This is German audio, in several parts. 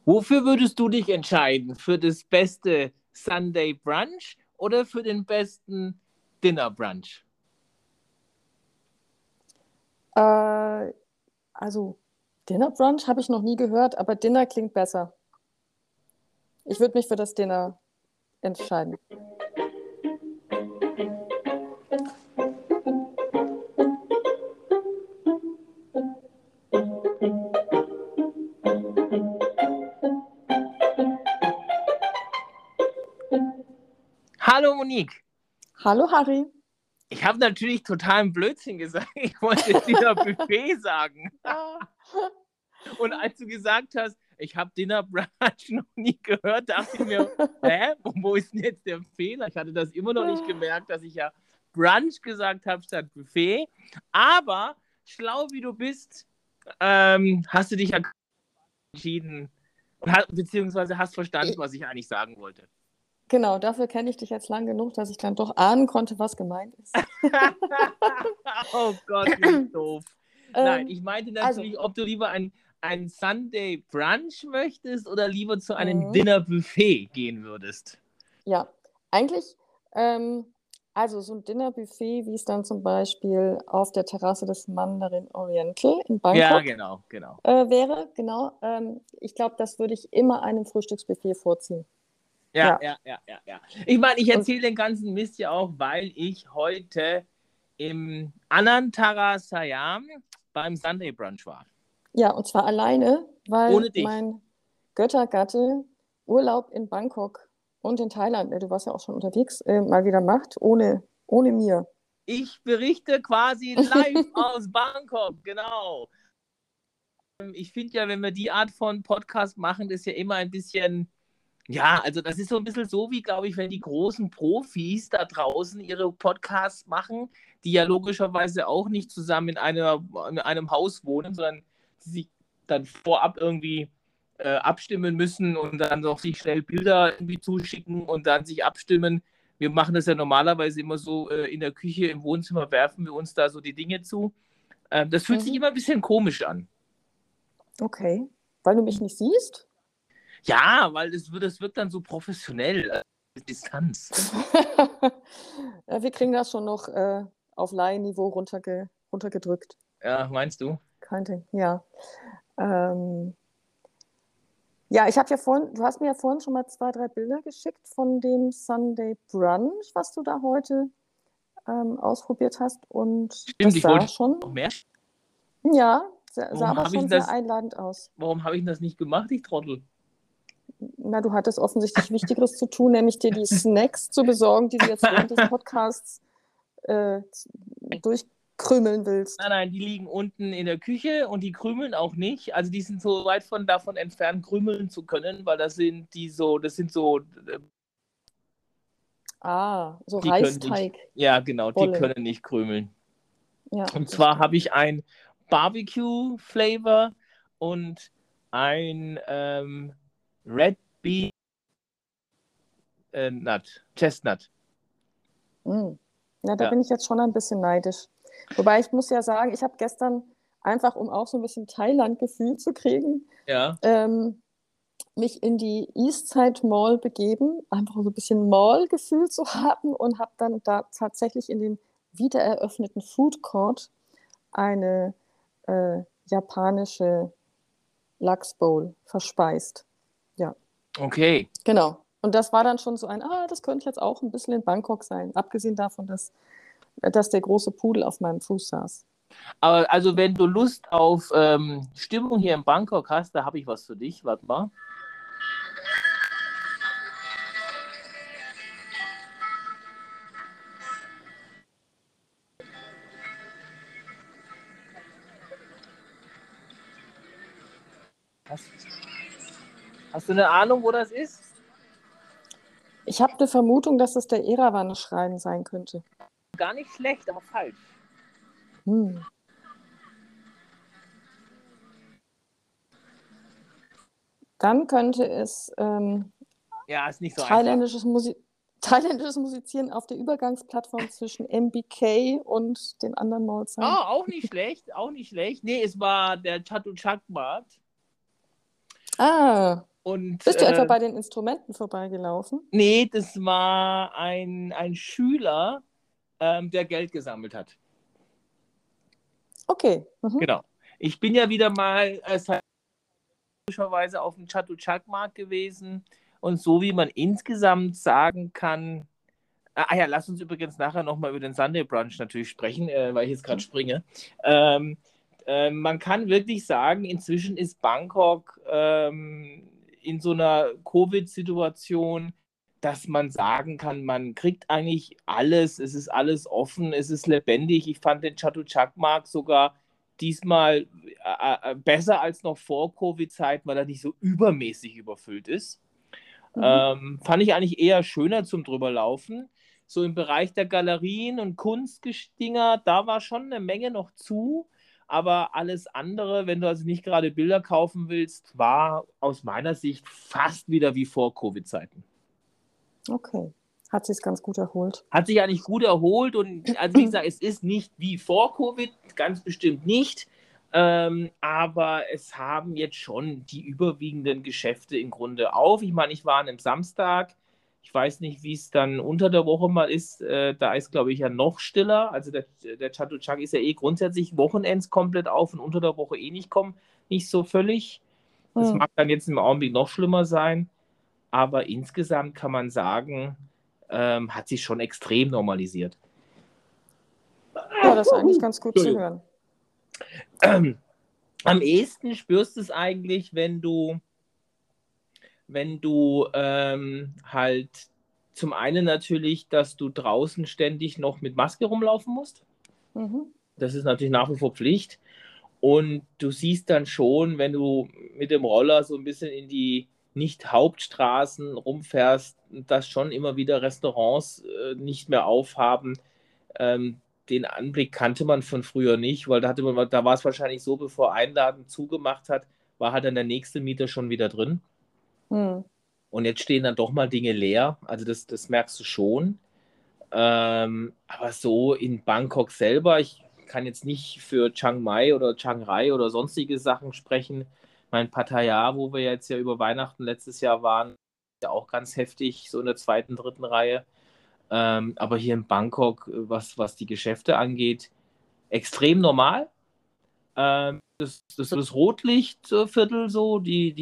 Wofür würdest du dich entscheiden? Für das beste Sunday Brunch oder für den besten Dinner Brunch? Äh, also Dinner Brunch habe ich noch nie gehört, aber Dinner klingt besser. Ich würde mich für das Dinner entscheiden. Hallo Monique. Hallo Harry. Ich habe natürlich totalen Blödsinn gesagt. Ich wollte Dinner Buffet sagen. Und als du gesagt hast, ich habe Dinner Brunch noch nie gehört, dachte ich mir, wo ist denn jetzt der Fehler? Ich hatte das immer noch nicht gemerkt, dass ich ja Brunch gesagt habe statt Buffet. Aber schlau wie du bist, hast du dich ja entschieden, beziehungsweise hast verstanden, was ich eigentlich sagen wollte. Genau, dafür kenne ich dich jetzt lang genug, dass ich dann doch ahnen konnte, was gemeint ist. Oh Gott, wie doof. Nein, ich meinte Also, natürlich, ob du lieber ein Sunday Brunch möchtest oder lieber zu einem Dinner Buffet gehen würdest. ja, eigentlich, also so ein Dinnerbuffet, wie es dann zum Beispiel auf der Terrasse des Mandarin Oriental in Ja, Bangkok genau. wäre, genau. Ich glaube, das würde ich immer einem Frühstücksbuffet vorziehen. Ja. Ja. Ich meine, ich Und erzähle den ganzen Mist ja auch, weil ich heute im Anantara Siam beim Sunday Brunch war. ja, und zwar alleine, weil Ohne dich. mein Göttergatte Urlaub in Bangkok und in Thailand, du warst ja auch schon unterwegs, mal wieder macht, ohne mir. Ich berichte quasi live aus Bangkok, genau. Ich finde ja, wenn wir die Art von Podcast machen, das ist ja immer ein bisschen, ja, also das ist so ein bisschen so wie, glaube ich, wenn die großen Profis da draußen ihre Podcasts machen, die ja logischerweise auch nicht zusammen in einem Haus wohnen, sondern die sich dann vorab irgendwie abstimmen müssen und dann noch sich schnell Bilder irgendwie zuschicken und dann sich abstimmen. Wir machen das ja normalerweise immer so in der Küche, im Wohnzimmer werfen wir uns da so die Dinge zu. Das fühlt sich Mhm. immer ein bisschen komisch an. Okay. Weil du mich nicht siehst? Ja, weil das wird dann so professionell, Distanz. Ja, wir kriegen das schon noch auf Laienniveau runtergedrückt. Ja, meinst du? Kein Ding, ja. Ähm, ja, du hast mir ja vorhin schon mal 2, 3 Bilder geschickt von dem Sunday Brunch, was du da heute ausprobiert hast. Und Stimmt, das ich sah wollte schon, noch mehr. ja, sah Warum aber habe ich schon denn sehr das, einladend aus. warum habe ich das nicht gemacht, ich Trottel? Na, du hattest offensichtlich Wichtigeres zu tun, nämlich dir die Snacks zu besorgen, die du jetzt während des Podcasts durchkrümeln willst. Nein, die liegen unten in der Küche und die krümeln auch nicht. Also die sind so weit davon entfernt, krümeln zu können, weil das sind so, Ah, so die können nicht, Reisteigbollen. ja genau, die können nicht krümeln. Ja, Und zwar verstehe. habe ich ein Barbecue-Flavor und ein Red Bean Nut, Chestnut. Mm. Ja, da Ja, bin ich jetzt schon ein bisschen neidisch. Wobei ich muss ja sagen, ich habe gestern einfach, um auch so ein bisschen Thailand-Gefühl zu kriegen, ja. ähm, mich in die Eastside Mall begeben, einfach so ein bisschen Mall-Gefühl zu haben und habe dann da tatsächlich in dem wiedereröffneten Food Court eine japanische Lachsbowl verspeist. Ja, Okay. genau. Und das war dann schon so das könnte jetzt auch ein bisschen in Bangkok sein, abgesehen davon, dass der große Pudel auf meinem Fuß saß. Aber also wenn du Lust auf Stimmung hier in Bangkok hast, da habe ich was für dich. Warte mal. Hast, hast du eine Ahnung, wo das ist? Ich habe eine Vermutung, dass es der Erawan-Schrein sein könnte. Gar nicht schlecht, aber falsch. Hm. Dann könnte es Ja, ist nicht so einfach. thailändisches, thailändisches Musizieren auf der Übergangsplattform zwischen MBK und den anderen Malls Oh, sein. auch nicht schlecht, auch nicht schlecht. Nee, es war der Chatuchak-Markt. Ah, Und bist du etwa bei den Instrumenten vorbeigelaufen? nee, das war ein Schüler, der Geld gesammelt hat. Okay. Mhm. Genau. Ich bin ja wieder mal auf dem Chatuchak-Markt gewesen und so wie man insgesamt sagen kann, ja, lass uns übrigens nachher nochmal über den Sunday Brunch natürlich sprechen, weil ich jetzt gerade springe. Ähm, Man kann wirklich sagen, inzwischen ist Bangkok in so einer Covid-Situation, dass man sagen kann, man kriegt eigentlich alles, es ist alles offen, es ist lebendig. Ich fand den Chatuchak-Markt sogar diesmal besser als noch vor Covid-Zeiten, weil er nicht so übermäßig überfüllt ist. Mhm. Fand ich eigentlich eher schöner zum drüberlaufen. So im Bereich der Galerien und Kunstdinger, da war schon eine Menge noch zu. Aber alles andere, wenn du also nicht gerade Bilder kaufen willst, war aus meiner Sicht fast wieder wie vor Covid-Zeiten. Okay. Hat sich ganz gut erholt. Hat sich eigentlich gut erholt und also wie gesagt, es ist nicht wie vor Covid, ganz bestimmt nicht. Aber es haben jetzt schon die überwiegenden Geschäfte im Grunde auf. Ich meine, ich war an einem Samstag. Ich weiß nicht, wie es dann unter der Woche mal ist. Da ist, glaube ich, ja noch stiller. Also der Chatuchak ist ja eh grundsätzlich Wochenends komplett auf und unter der Woche eh nicht so völlig. Das Hm. mag dann jetzt im Augenblick noch schlimmer sein. Aber insgesamt kann man sagen, hat sich schon extrem normalisiert. Ja, das ist eigentlich ganz gut zu hören. Am ehesten spürst du es eigentlich, wenn du halt zum einen natürlich, dass du draußen ständig noch mit Maske rumlaufen musst. Mhm. Das ist natürlich nach wie vor Pflicht. Und du siehst dann schon, wenn du mit dem Roller so ein bisschen in die Nicht-Hauptstraßen rumfährst, dass schon immer wieder Restaurants nicht mehr aufhaben. Ähm, Den Anblick kannte man von früher nicht, weil da war es wahrscheinlich so, bevor Einladen zugemacht hat, war halt dann der nächste Mieter schon wieder drin. Hm. Und jetzt stehen dann doch mal Dinge leer. Also das merkst du schon. Aber so in Bangkok selber, ich kann jetzt nicht für Chiang Mai oder Chiang Rai oder sonstige Sachen sprechen. Mein Pattaya, wo wir jetzt ja über Weihnachten letztes Jahr waren, ja auch ganz heftig, so in der zweiten, dritten Reihe. Aber hier in Bangkok, was die Geschäfte angeht, extrem normal. Das Rotlichtviertel so,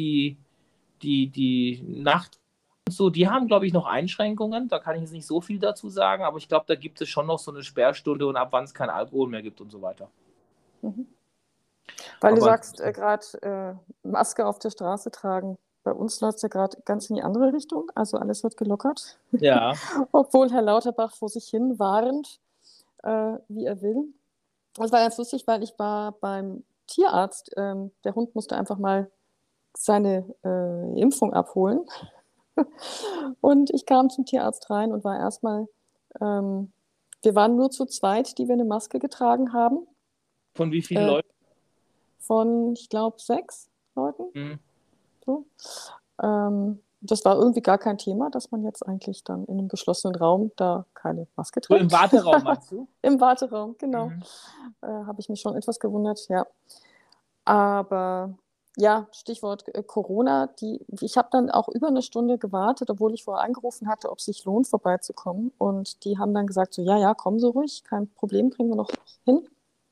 die Nacht so, die haben, glaube ich, noch Einschränkungen. Da kann ich jetzt nicht so viel dazu sagen, aber ich glaube, da gibt es schon noch so eine Sperrstunde und ab wann es kein Alkohol mehr gibt und so weiter. Mhm. Weil du Aber sagst, gerade Maske auf der Straße tragen. Bei uns läuft es ja gerade ganz in die andere Richtung. Also alles wird gelockert. ja, Obwohl Herr Lauterbach vor sich hin warnt, wie er will. Das war ganz lustig, weil ich war beim Tierarzt. Der Hund musste einfach mal seine Impfung abholen. Und ich kam zum Tierarzt rein und war erstmal, wir waren nur zu zweit, die wir eine Maske getragen haben. von wie vielen Äh, Leuten? von, ich glaube, 6 Leuten. Hm. So. Das war irgendwie gar kein Thema, dass man jetzt eigentlich dann in einem geschlossenen Raum da keine Maske So im trägt. Warteraum, meinst du? Im Warteraum, genau. Mhm. Habe ich mich schon etwas gewundert, ja. Aber ja, Stichwort Corona, ich habe dann auch über eine Stunde gewartet, obwohl ich vorher angerufen hatte, ob es sich lohnt, vorbeizukommen. Und die haben dann gesagt, so, ja, ja, kommen Sie ruhig, kein Problem, kriegen wir noch hin,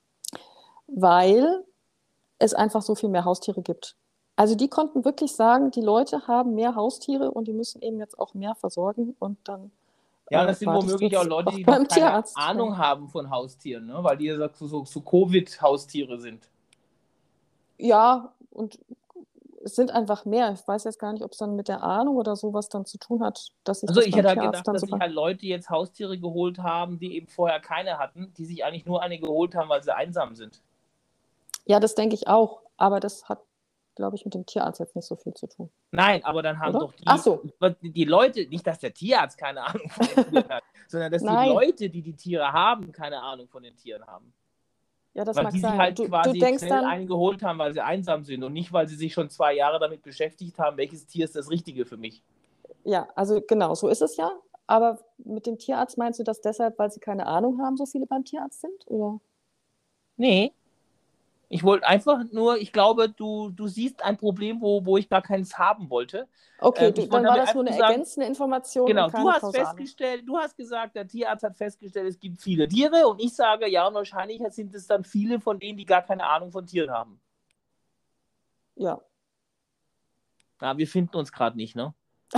weil es einfach so viel mehr Haustiere gibt. Also die konnten wirklich sagen, die Leute haben mehr Haustiere und die müssen eben jetzt auch mehr versorgen und dann Ja, und das sind wartest du womöglich auch jetzt Leute, auch die noch beim keine Tierarzt. Ja. Ahnung haben von Haustieren, ne? Weil die ja so Covid-Haustiere sind. Ja, und es sind einfach mehr. Ich weiß jetzt gar nicht, ob es dann mit der Ahnung oder sowas dann zu tun hat, dass sich Also das ich beim hätte halt Tierarzt gedacht, dann dass sich sogar. halt Leute jetzt Haustiere geholt haben, die eben vorher keine hatten, die sich eigentlich nur eine geholt haben, weil sie einsam sind. Ja, das denke ich auch. Aber das hat, glaube ich, mit dem Tierarzt jetzt nicht so viel zu tun, Nein, aber dann haben oder? doch Ach so, die Leute, nicht, dass der Tierarzt keine Ahnung von den Tieren hat, sondern dass die nein. Leute, die die Tiere haben, keine Ahnung von den Tieren haben. Ja, das Weil mag die sich sein. Und halt du quasi denkst schnell dann, einen geholt haben, weil sie einsam sind und nicht, weil sie sich schon 2 Jahre damit beschäftigt haben, welches Tier ist das Richtige für mich. ja, also genau, so ist es ja. Aber mit dem Tierarzt meinst du das deshalb, weil sie keine Ahnung haben, so viele beim Tierarzt sind? Oder? Nee, Ich wollte einfach nur, ich glaube, du siehst ein Problem, wo ich gar keins haben wollte. Okay, Ich dann wollte war damit das nur einfach eine nur sagen, ergänzende Information und genau, keine kausale. du hast gesagt, der Tierarzt hat festgestellt, es gibt viele Tiere und ich sage, ja, und wahrscheinlich sind es dann viele von denen, die gar keine Ahnung von Tieren haben. Ja. Ja, wir finden uns gerade nicht, ne?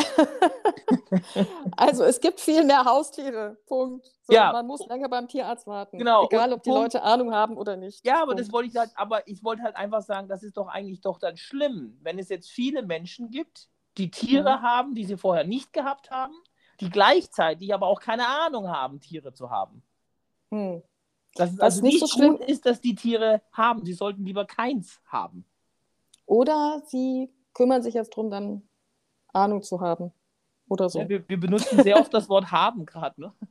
Also es gibt viel mehr Haustiere. Punkt. So, Ja, man muss länger beim Tierarzt warten. genau. Egal, Und ob die Punkt. Leute Ahnung haben oder nicht. Ja, aber Punkt. ich wollte halt einfach sagen, das ist doch eigentlich doch dann schlimm, wenn es jetzt viele Menschen gibt, die Tiere Mhm. haben, die sie vorher nicht gehabt haben, die gleichzeitig aber auch keine Ahnung haben, Tiere zu haben. Hm. Dass es Was also nicht so nicht schlimm, gut ist, dass die Tiere haben. Sie sollten lieber keins haben. oder sie kümmern sich jetzt darum, dann Ahnung zu haben. Oder Ja, so. wir benutzen sehr oft das Wort haben gerade. Ne?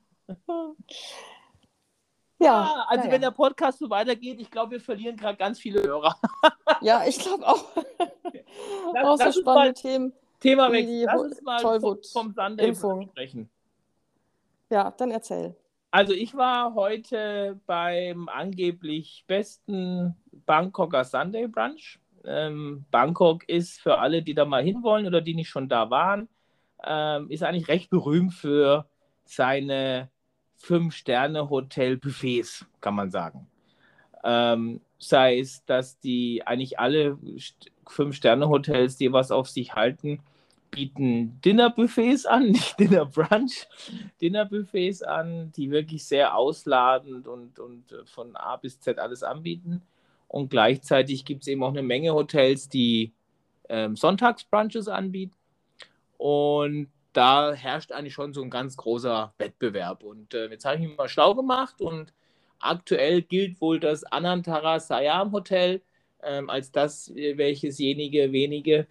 Ja, Ja, also wenn naja. der Podcast so weitergeht, ich glaube, wir verlieren gerade ganz viele Hörer. Ja, ich glaube auch. Lass, Auch so lass uns mal spannende Themen Thema wie wechseln. die Lass uns mal vom Sunday Tollwut-Impfung. sprechen. Ja, dann erzähl. Also ich war heute beim angeblich besten Bangkoker Sunday Brunch. Bangkok ist für alle, die da mal hinwollen oder die nicht schon da waren, ist eigentlich recht berühmt für seine 5-Sterne-Hotel-Buffets, kann man sagen. Sei es, dass die eigentlich alle 5-Sterne-Hotels, die was auf sich halten, bieten Dinnerbuffets an, nicht Dinnerbrunch, Dinnerbuffets an, die wirklich sehr ausladend und von A bis Z alles anbieten. Und gleichzeitig gibt es eben auch eine Menge Hotels, die Sonntagsbrunches anbieten. Und da herrscht eigentlich schon so ein ganz großer Wettbewerb. Und jetzt habe ich mich mal schlau gemacht und aktuell gilt wohl das Anantara Siam Hotel als das wenige,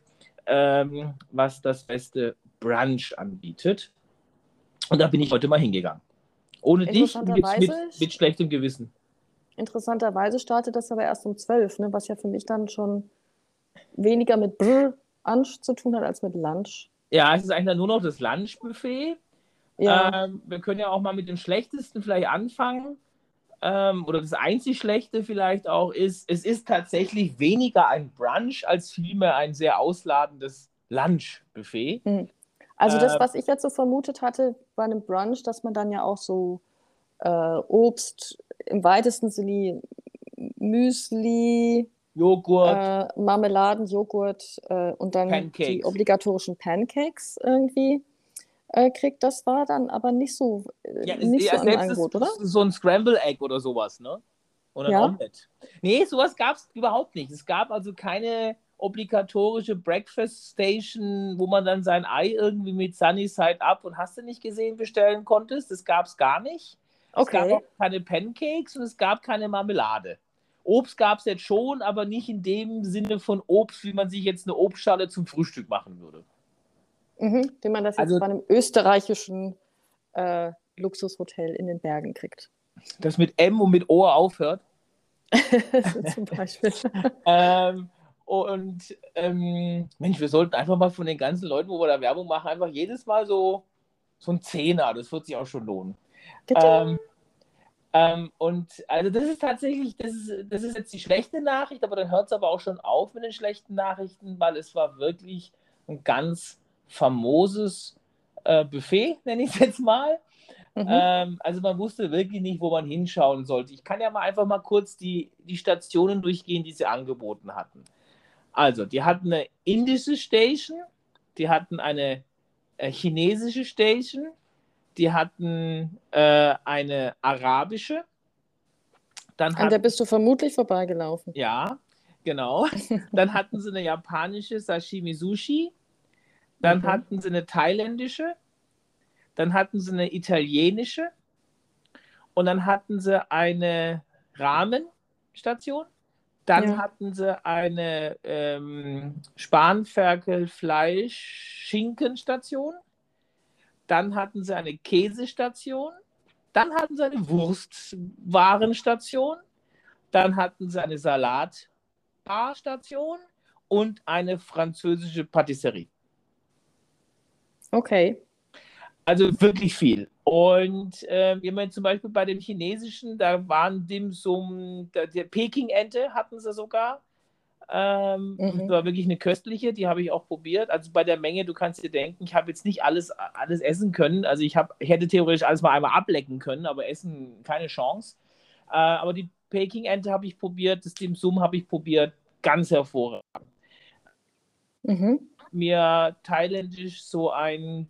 was das beste Brunch anbietet. Und da bin ich heute mal hingegangen. Ohne dich und jetzt Interessanterweise, mit schlechtem Gewissen. interessanterweise startet das aber erst um 12, ne, was ja für mich dann schon weniger mit Brunch zu tun hat als mit Lunch. Ja, es ist eigentlich nur noch das Lunchbuffet. Ja, Wir können ja auch mal mit dem Schlechtesten vielleicht anfangen. Oder das einzig Schlechte vielleicht auch ist, es ist tatsächlich weniger ein Brunch als vielmehr ein sehr ausladendes Lunchbuffet. hm. Also das, Ähm, was ich jetzt so vermutet hatte bei einem Brunch, dass man dann ja auch so Obst im weitesten Sinne, Müsli, Joghurt, Marmeladen, Joghurt und dann die Pancakes. obligatorischen Pancakes irgendwie kriegt. Das war dann aber Ja, nicht so ja, im selbst Angebot, oder? so ein Scramble Egg oder sowas, ne? Oder ein Ja, Omelette. Nee, sowas gab es überhaupt nicht. Es gab also keine obligatorische Breakfast Station, wo man dann sein Ei irgendwie mit Sunny Side Up und hast du nicht gesehen bestellen konntest. Das gab es gar nicht. Es gab okay. auch keine Pancakes und es gab keine Marmelade. Obst gab es jetzt schon, aber nicht in dem Sinne von Obst, wie man sich jetzt eine Obstschale zum Frühstück machen würde. Mhm. Wie man das jetzt Also bei einem österreichischen Luxushotel in den Bergen kriegt. das mit M und mit O aufhört. Zum Beispiel. Ähm, Mensch, wir sollten einfach mal von den ganzen Leuten, wo wir da Werbung machen, einfach jedes Mal so ein Zehner, das wird sich auch schon lohnen. Ähm, und also das ist tatsächlich, das ist jetzt die schlechte Nachricht, aber dann hört es aber auch schon auf mit den schlechten Nachrichten, weil es war wirklich ein ganz famoses Buffet, nenne ich es jetzt mal. Mhm. Also man wusste wirklich nicht, wo man hinschauen sollte. Ich kann ja mal einfach mal kurz die Stationen durchgehen, die sie angeboten hatten. Also, die hatten eine indische Station, die hatten eine chinesische Station, die hatten eine arabische, dann An der hatten, bist du vermutlich vorbeigelaufen. ja, genau, dann hatten sie eine japanische Sashimi Sushi, dann Mhm. hatten sie eine thailändische, dann hatten sie eine italienische und dann hatten sie eine Ramen-Station. Dann Ja. hatten sie eine Spanferkel-Fleisch-Schinkenstation. Dann hatten sie eine Käsestation. Dann hatten sie eine Wurstwarenstation. Dann hatten sie eine Salatbarstation und eine französische Patisserie. Okay. Also wirklich viel. Und immer zum Beispiel bei dem Chinesischen, da waren Dim Sum, der Peking-Ente hatten sie sogar. Das war wirklich eine köstliche, die habe ich auch probiert. Also bei der Menge, du kannst dir denken, ich habe jetzt nicht alles essen können. Also ich hätte theoretisch alles mal einmal ablecken können, aber essen keine Chance. Aber die Peking-Ente habe ich probiert, das Dim Sum habe ich probiert, ganz hervorragend. Mhm. Mir thailändisch so ein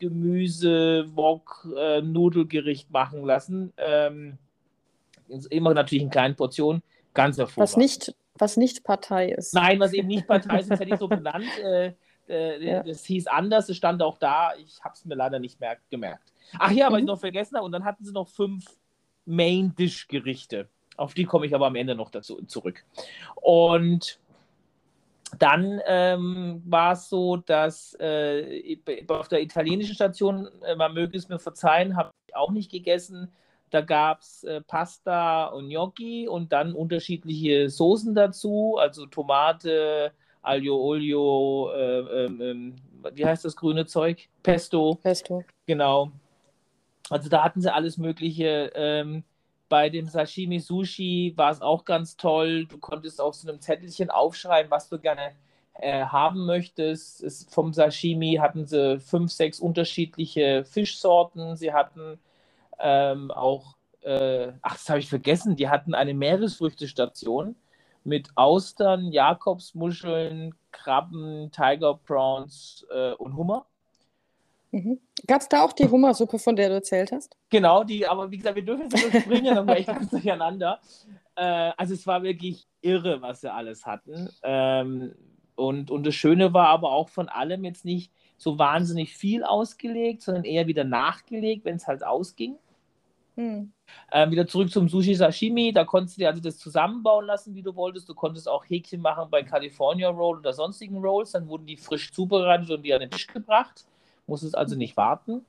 Gemüse-Wok-Nudelgericht machen lassen. Immer natürlich in kleinen Portionen, ganz hervorragend. Was nicht Partei ist. Nein, was eben nicht Partei ist, sonst hätte ich so benannt. Ja. Das hieß anders, es stand auch da. Ich habe es mir leider nicht mehr gemerkt. Ach ja, was ich noch vergessen habe, und dann hatten sie noch 5 Main-Dish-Gerichte. Auf die komme ich aber am Ende noch dazu zurück. Und dann war es so, dass auf der italienischen Station, man möge es mir verzeihen, habe ich auch nicht gegessen. Da gab es Pasta und Gnocchi und dann unterschiedliche Soßen dazu, also Tomate, Aglio Olio, wie heißt das grüne Zeug? Pesto, Pesto. genau. Also da hatten sie alles Mögliche. Bei dem Sashimi Sushi war es auch ganz toll. Du konntest auf so einem Zettelchen aufschreiben, was du gerne haben möchtest. Vom Sashimi hatten sie 5, 6 unterschiedliche Fischsorten. Sie hatten auch, das habe ich vergessen, die hatten eine Meeresfrüchtestation mit Austern, Jakobsmuscheln, Krabben, Tiger Prawns und Hummer. Mhm. Gab es da auch die Hummersuppe, von der du erzählt hast? Genau, aber wie gesagt, wir dürfen jetzt nicht springen, dann war ich ganz durcheinander. Also es war wirklich irre, was sie alles hatten. Und das Schöne war aber auch von allem jetzt nicht so wahnsinnig viel ausgelegt, sondern eher wieder nachgelegt, wenn es halt ausging. Hm. Wieder zurück zum Sushi Sashimi, da konntest du dir also das zusammenbauen lassen, wie du wolltest. Du konntest auch Häkchen machen bei California Roll oder sonstigen Rolls, dann wurden die frisch zubereitet und dir an den Tisch gebracht. Musstest also nicht warten.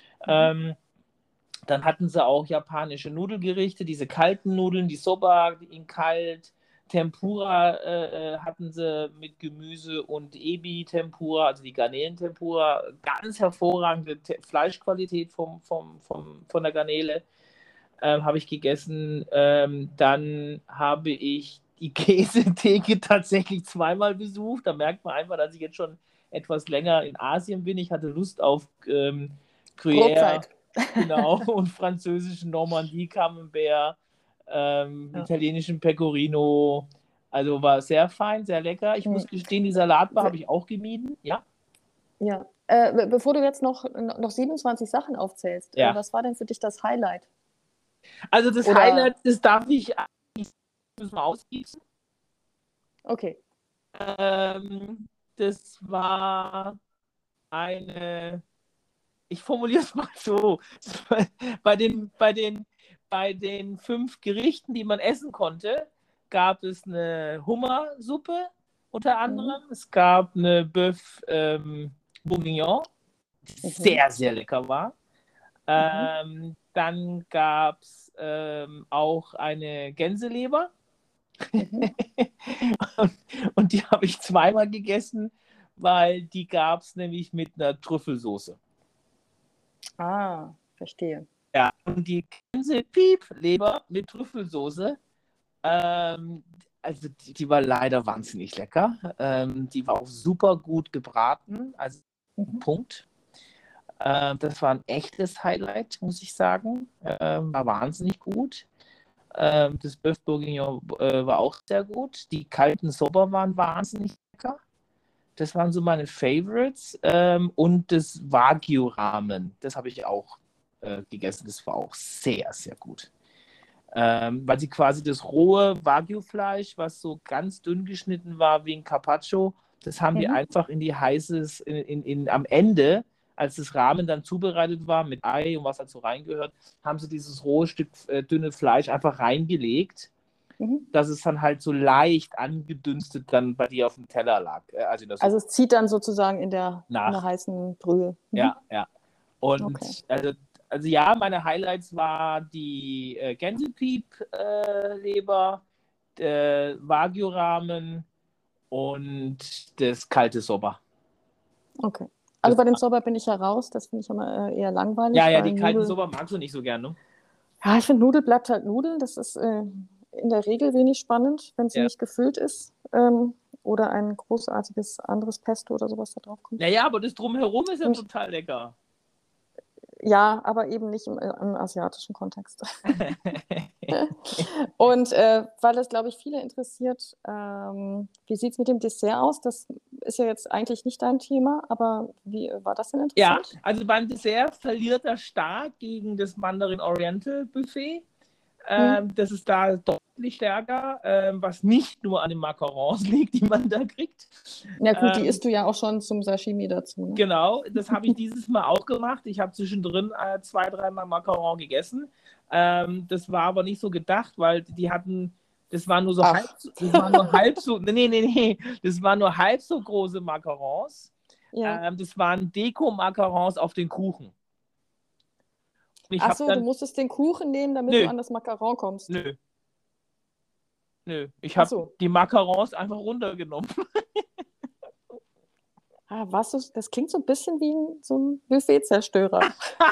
Dann hatten sie auch japanische Nudelgerichte, diese kalten Nudeln, die Soba in kalt, Tempura hatten sie mit Gemüse und Ebi-Tempura, also die Garnelen-Tempura, ganz hervorragende Fleischqualität von der Garnele habe ich gegessen. Dann habe ich die Käsetheke tatsächlich zweimal besucht. Da merkt man einfach, dass ich jetzt schon etwas länger in Asien bin. Ich hatte Lust auf Gruyère, Brotzeit. genau, und französischen Normandie Camembert, Ja. italienischen Pecorino. Also war sehr fein, sehr lecker. Ich muss gestehen, die Salatbar habe ich auch gemieden. Ja. Ja. Bevor du jetzt noch 27 Sachen aufzählst, Ja. was war denn für dich das Highlight? Also das Oder- Highlight, das darf ich müssen wir ausgießen. Okay. Das war ich formuliere es mal so, bei den 5 Gerichten, die man essen konnte, gab es eine Hummersuppe unter anderem. Es gab eine Bœuf Bourguignon, die sehr, sehr lecker war. Dann gab es auch eine Gänseleber. und die habe ich zweimal gegessen, weil die gab es nämlich mit einer Trüffelsoße. Ah, verstehe. Ja, und die Gänse-Piep-Leber mit Trüffelsoße, also die war leider wahnsinnig lecker. Die war auch super gut gebraten, also Punkt. Das war ein echtes Highlight, muss ich sagen. War wahnsinnig gut. Das Bœuf Bourguignon war auch sehr gut. Die kalten Soba waren wahnsinnig lecker. Das waren so meine Favorites. Und das Wagyu-Ramen, das habe ich auch gegessen. Das war auch sehr, sehr gut. Weil sie quasi das rohe Wagyu-Fleisch, was so ganz dünn geschnitten war wie ein Carpaccio, das haben die einfach in die heißes, am Ende, als das Ramen dann zubereitet war mit Ei und was dazu reingehört, haben sie dieses rohe Stück dünne Fleisch einfach reingelegt, dass es dann halt so leicht angedünstet dann bei dir auf dem Teller lag. Also es zieht dann sozusagen in der nach. heißen Brühe. Ja, ja. Und Okay. also ja, meine Highlights war die Gänsepiep-Leber, Wagyu-Ramen und das kalte Soba. Okay. Also bei dem Soba bin ich ja raus, das finde ich immer eher langweilig. Ja, die weil kalten Nudeln, Soba magst du nicht so gern, ne? ja, ich finde, Nudel bleibt halt Nudel. Das ist in der Regel wenig spannend, wenn sie Ja. nicht gefüllt ist. Oder ein großartiges anderes Pesto oder sowas da drauf kommt. Naja, aber das Drumherum ist ja Und, total lecker. ja, aber eben nicht im asiatischen Kontext. Und weil das, glaube ich, viele interessiert, wie sieht es mit dem Dessert aus? Das ist ja jetzt eigentlich nicht dein Thema, aber wie war das denn Ja, interessant? also beim Dessert verliert er stark gegen das Mandarin Oriental Buffet. Hm. Das ist da deutlich stärker, was nicht nur an den Macarons liegt, die man da kriegt. Ja gut, die isst du ja auch schon zum Sashimi dazu. Ne? Genau, das habe ich dieses Mal auch gemacht. Ich habe zwischendrin 2-3 Mal Macaron gegessen. Das war aber nicht so gedacht, weil die hatten, das war nur so Ach. halb, das war nur halb so, nee, das waren nur halb so große Macarons. Ja. Das waren Deko-Macarons auf den Kuchen. Und ich Ach habe so, du dann, musstest den Kuchen nehmen, damit du nö, an das Macaron kommst. nö, ich Ach habe so. die Macarons einfach runtergenommen. Ah, was ist, das klingt so ein bisschen wie so ein Buffet-Zerstörer.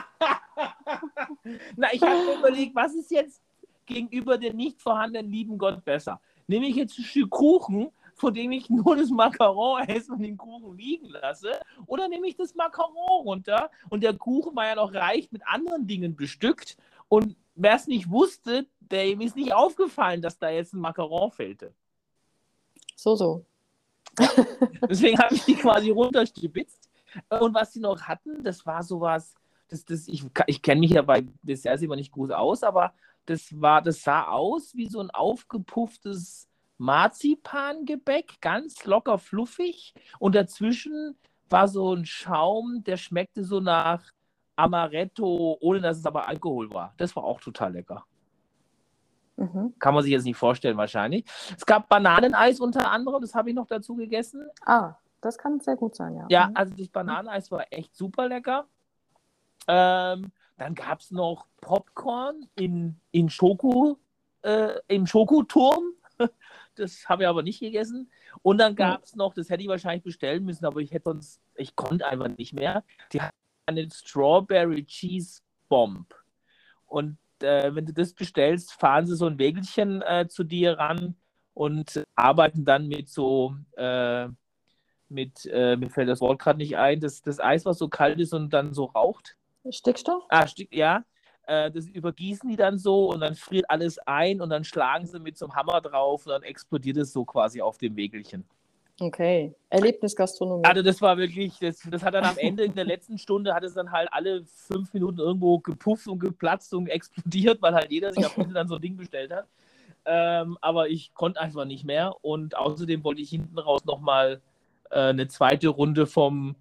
Na, ich habe mir überlegt, was ist jetzt gegenüber dem nicht vorhandenen lieben Gott besser? Nehme ich jetzt ein Stück Kuchen, von dem ich nur das Macaron esse und den Kuchen liegen lasse, oder nehme ich das Macaron runter und der Kuchen war ja noch reich mit anderen Dingen bestückt und wer es nicht wusste, dem ist nicht aufgefallen, dass da jetzt ein Macaron fehlte. So. Ja. Deswegen habe ich die quasi runterstibitzt. Und was sie noch hatten, das war sowas, ich kenne mich ja bei Desserts immer nicht gut aus, aber das sah aus wie so ein aufgepufftes Marzipangebäck, ganz locker fluffig. Und dazwischen war so ein Schaum, der schmeckte so nach Amaretto, ohne dass es aber Alkohol war. Das war auch total lecker. Mhm. Kann man sich jetzt nicht vorstellen wahrscheinlich. Es gab Bananeneis unter anderem, das habe ich noch dazu gegessen. Ah, das kann sehr gut sein, ja. Ja, also das Bananeneis war echt super lecker. Dann gab es noch Popcorn in Schoko, im Schokoturm. Das habe ich aber nicht gegessen. Und dann gab es noch, das hätte ich wahrscheinlich bestellen müssen, aber ich konnte einfach nicht mehr. Die hatten eine Strawberry Cheese Bomb. Und wenn du das bestellst, fahren sie so ein Wägelchen zu dir ran und arbeiten dann mit so, mir fällt das Wort gerade nicht ein, das Eis, was so kalt ist und dann so raucht. Stickstoff? Ja. Das übergießen die dann so und dann friert alles ein und dann schlagen sie mit so einem Hammer drauf und dann explodiert es so quasi auf dem Wägelchen. Okay, Erlebnisgastronomie. Also das war wirklich, das hat dann am Ende in der letzten Stunde hat es dann halt alle 5 Minuten irgendwo gepufft und geplatzt und explodiert, weil halt jeder sich am Ende dann so ein Ding bestellt hat. Aber ich konnte einfach nicht mehr und außerdem wollte ich hinten raus nochmal eine zweite Runde von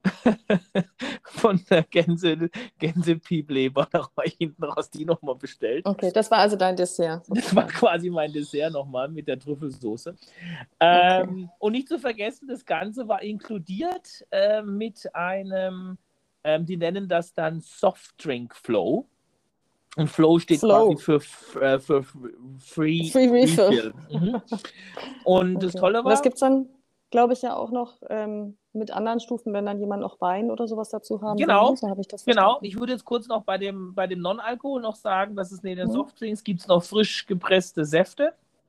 der Gänsepiepleber, da habe ich hinten raus die nochmal bestellt. Okay, das war also dein Dessert. Das war quasi mein Dessert nochmal mit der Trüffelsoße. Okay. Und nicht zu vergessen, das Ganze war inkludiert mit einem, die nennen das dann Softdrink Flow. Und Flow steht quasi für Free Refill. Und das Tolle war. Das gibt es dann, glaube ich, ja auch noch mit anderen Stufen, wenn dann jemand noch Wein oder sowas dazu haben will. So habe ich das verstanden. Ich würde jetzt kurz noch bei dem Non-Alkohol noch sagen, dass es neben den Softdrinks gibt es noch frisch gepresste Säfte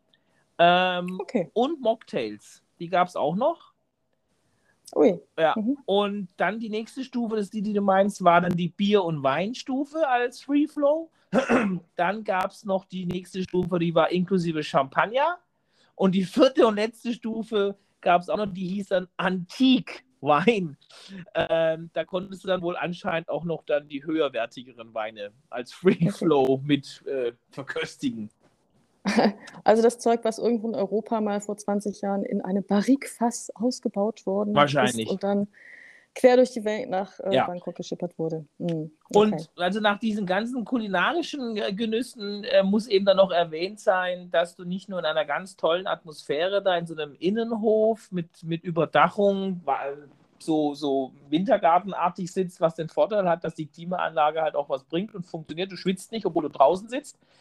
und Mocktails. Die gab es auch noch. Ui. Ja. Und dann die nächste Stufe, das ist die du meinst, war dann die Bier- und Weinstufe als Free Flow. Dann gab es noch die nächste Stufe, die war inklusive Champagner. Und die vierte und letzte Stufe gab es auch noch, die hieß dann Antik-Wein. Da konntest du dann wohl anscheinend auch noch dann die höherwertigeren Weine als Free Flow mit verköstigen. Also das Zeug, was irgendwo in Europa mal vor 20 Jahren in einem Barrique-Fass ausgebaut worden Wahrscheinlich. ist und dann quer durch die Welt nach Bangkok geschippert wurde. Und also nach diesen ganzen kulinarischen Genüssen muss eben dann noch erwähnt sein, dass du nicht nur in einer ganz tollen Atmosphäre da in so einem Innenhof mit Überdachung so wintergartenartig sitzt, was den Vorteil hat, dass die Klimaanlage halt auch was bringt und funktioniert. Du schwitzt nicht, obwohl du draußen sitzt.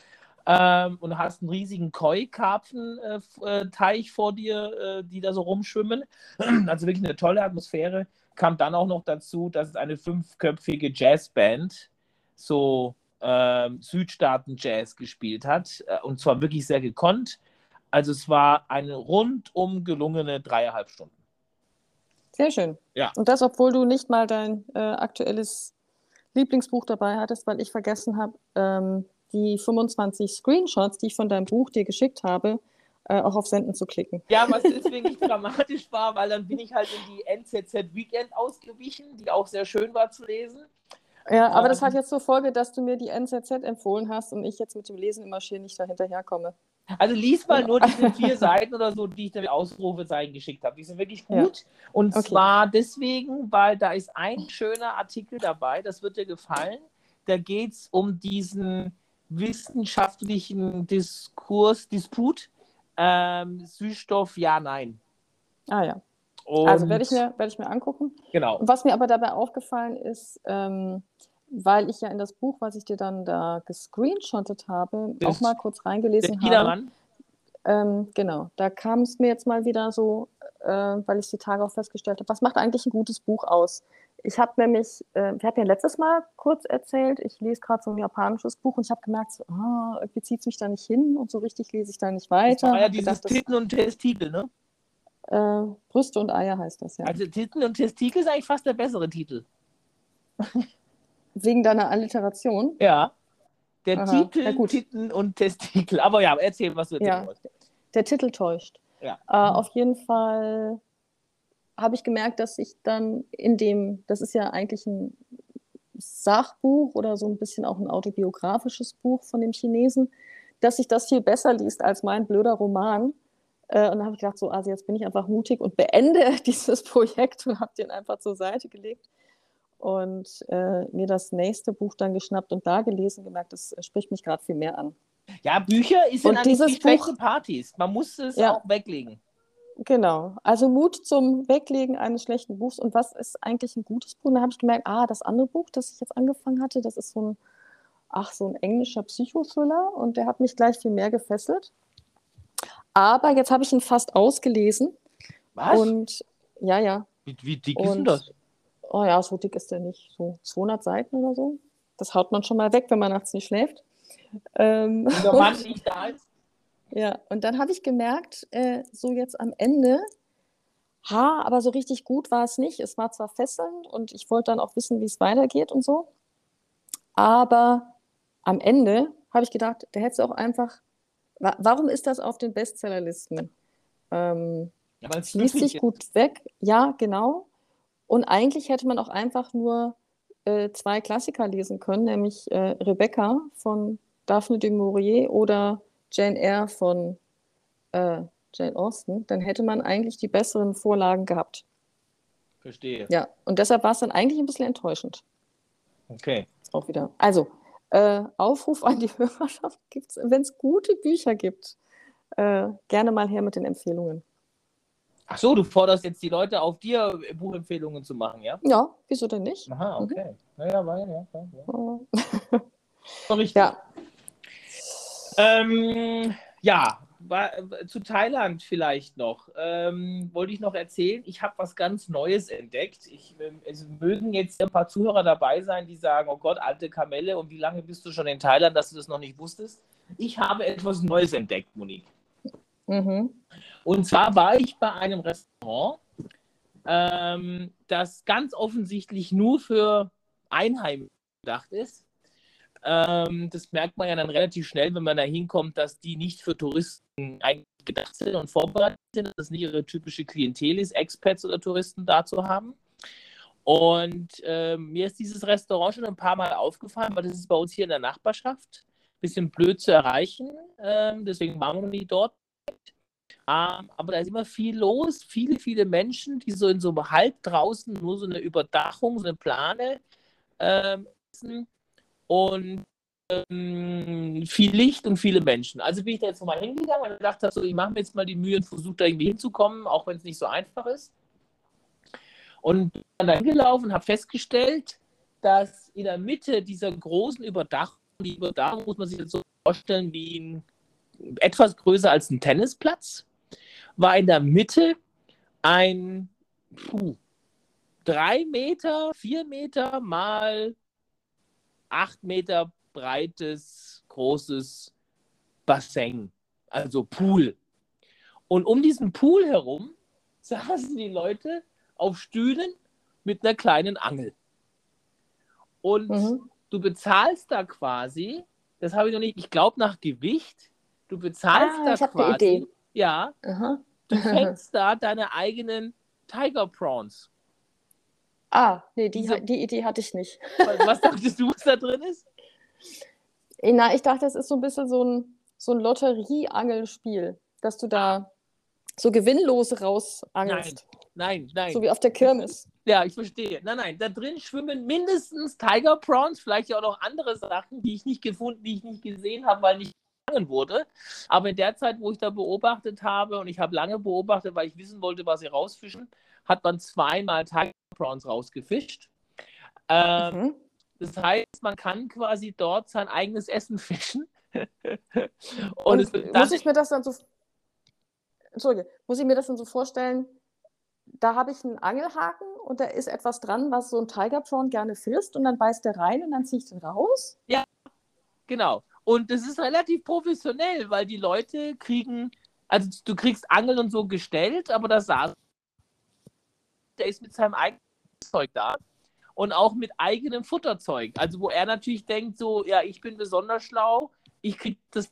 und hast einen riesigen Koi-Karpfen-Teich vor dir, die da so rumschwimmen. Also wirklich eine tolle Atmosphäre. Kam dann auch noch dazu, dass es eine 5-köpfige Jazzband so Südstaaten-Jazz gespielt hat. Und zwar wirklich sehr gekonnt. Also es war eine rundum gelungene 3,5 Stunden. Sehr schön. Ja. Und das, obwohl du nicht mal dein aktuelles Lieblingsbuch dabei hattest, weil ich vergessen habe, die 25 Screenshots, die ich von deinem Buch dir geschickt habe, auch auf Senden zu klicken. Ja, was deswegen nicht dramatisch war, weil dann bin ich halt in die NZZ Weekend ausgewichen, die auch sehr schön war zu lesen. Ja, aber das hat jetzt zur Folge, dass du mir die NZZ empfohlen hast und ich jetzt mit dem Lesen immer schier nicht dahinterherkomme. Also lies mal nur diese 4 Seiten oder so, die ich dir mit Ausrufezeichen geschickt habe. Die sind wirklich gut. Ja. Und zwar deswegen, weil da ist ein schöner Artikel dabei, das wird dir gefallen. Da geht es um diesen wissenschaftlichen Disput, Süßstoff, ja, nein. Ah ja. Und also werde ich mir angucken. Genau. Und was mir aber dabei aufgefallen ist, weil ich ja in das Buch, was ich dir dann da gescreenshottet habe, auch mal kurz reingelesen habe. Genau, da kam es mir jetzt mal wieder so, weil ich die Tage auch festgestellt habe, was macht eigentlich ein gutes Buch aus? Ich habe nämlich, wir hatten ja letztes Mal kurz erzählt, ich lese gerade so ein japanisches Buch und ich habe gemerkt, so, irgendwie zieht es mich da nicht hin und so richtig lese ich da nicht weiter. Das war ja dieses Titten und Testikel, ne? Brüste und Eier heißt das, ja. Also Titten und Testikel ist eigentlich fast der bessere Titel. Wegen deiner Alliteration? Ja. Der Titel, Titten und Testikel. Aber ja, erzähl, was du erzählen wolltest. Der Titel täuscht. Ja. Auf jeden Fall habe ich gemerkt, dass ich dann das ist ja eigentlich ein Sachbuch oder so ein bisschen auch ein autobiografisches Buch von dem Chinesen, dass sich das viel besser liest als mein blöder Roman. Und dann habe ich gedacht, so, also jetzt bin ich einfach mutig und beende dieses Projekt und habe den einfach zur Seite gelegt und mir das nächste Buch dann geschnappt und da gelesen, gemerkt, das spricht mich gerade viel mehr an. Ja, Bücher ist ja nicht schlechte Partys. Man muss es auch weglegen. Genau, also Mut zum Weglegen eines schlechten Buchs. Und was ist eigentlich ein gutes Buch? Da habe ich gemerkt, das andere Buch, das ich jetzt angefangen hatte, das ist so ein englischer Psychothriller und der hat mich gleich viel mehr gefesselt. Aber jetzt habe ich ihn fast ausgelesen. Was? Und ja. Wie dick ist denn das? Oh ja, so dick ist der nicht. So 200 Seiten oder so. Das haut man schon mal weg, wenn man nachts nicht schläft. Und der Mann nicht da ist? Ja, und dann habe ich gemerkt, so jetzt am Ende, aber so richtig gut war es nicht. Es war zwar fesselnd und ich wollte dann auch wissen, wie es weitergeht und so. Aber am Ende habe ich gedacht, der hätte es auch einfach. Warum ist das auf den Bestsellerlisten? Es liest sich gut weg. Ja, genau. Und eigentlich hätte man auch einfach nur 2 Klassiker lesen können, nämlich Rebecca von Daphne du Maurier oder Jane Eyre von Jane Austen. Dann hätte man eigentlich die besseren Vorlagen gehabt. Verstehe. Ja, und deshalb war es dann eigentlich ein bisschen enttäuschend. Okay. Auch wieder. Also, Aufruf an die Hörerschaft, wenn es gute Bücher gibt, gerne mal her mit den Empfehlungen. Ach so, du forderst jetzt die Leute auf, dir Buchempfehlungen zu machen, ja? Ja, wieso denn nicht? Aha, okay. Naja, war ja. Richtig. Ja. Zu Thailand vielleicht noch. Wollte ich noch erzählen, ich habe was ganz Neues entdeckt. Es mögen jetzt ein paar Zuhörer dabei sein, die sagen, oh Gott, alte Kamelle, und wie lange bist du schon in Thailand, dass du das noch nicht wusstest? Ich habe etwas Neues entdeckt, Monique. Mhm. Und zwar war ich bei einem Restaurant, das ganz offensichtlich nur für Einheimische gedacht ist. Das merkt man ja dann relativ schnell, wenn man da hinkommt, dass die nicht für Touristen eigentlich gedacht sind und vorbereitet sind, dass das nicht ihre typische Klientel ist, Expats oder Touristen da zu haben. Und mir ist dieses Restaurant schon ein paar Mal aufgefallen, weil das ist bei uns hier in der Nachbarschaft. Bisschen blöd zu erreichen, deswegen waren wir noch nie dort. Aber da ist immer viel los, viele Menschen, die so in so halb draußen nur so eine Überdachung, so eine Plane essen. Und viel Licht und viele Menschen. Also bin ich da jetzt nochmal hingegangen und gedacht habe, so, ich mache mir jetzt mal die Mühe und versuche da irgendwie hinzukommen, auch wenn es nicht so einfach ist. Und bin dann da hingelaufen und habe festgestellt, dass in der Mitte dieser großen Überdachung, die Überdachung muss man sich jetzt so vorstellen wie etwas größer als ein Tennisplatz, war in der Mitte ein 3 Meter, 4 Meter mal 8 Meter breites, großes Bassin, also Pool. Und um diesen Pool herum saßen die Leute auf Stühlen mit einer kleinen Angel. Und du bezahlst da quasi, das habe ich noch nicht, ich glaube nach Gewicht, du bezahlst da ich habe quasi, die Idee. ja, Aha. du fängst da deine eigenen Tiger Prawns. Nee, die Idee hatte ich nicht. Was dachtest du, was da drin ist? Na, ich dachte, es ist so ein bisschen so ein Lotterie-Angelspiel, dass du da so Gewinnlose rausangelst. Nein. So wie auf der Kirmes. Ja, ich verstehe. Nein. Da drin schwimmen mindestens Tiger Prawns, vielleicht ja auch noch andere Sachen, die ich nicht gesehen habe, weil nicht gefangen wurde. Aber in der Zeit, wo ich da beobachtet habe, und ich habe lange beobachtet, weil ich wissen wollte, was sie rausfischen, hat man 2-mal Tiger Prawns rausgefischt. Das heißt, man kann quasi dort sein eigenes Essen fischen. Und muss ich mir das dann so vorstellen, da habe ich einen Angelhaken und da ist etwas dran, was so ein Tiger Prawn gerne frisst und dann beißt der rein und dann ziehe ich den raus? Ja, genau. Und das ist relativ professionell, weil die Leute also du kriegst Angeln und so gestellt, aber der ist mit seinem eigenen Zeug da und auch mit eigenem Futterzeug. Also wo er natürlich denkt so, ja, ich bin besonders schlau, ich krieg das.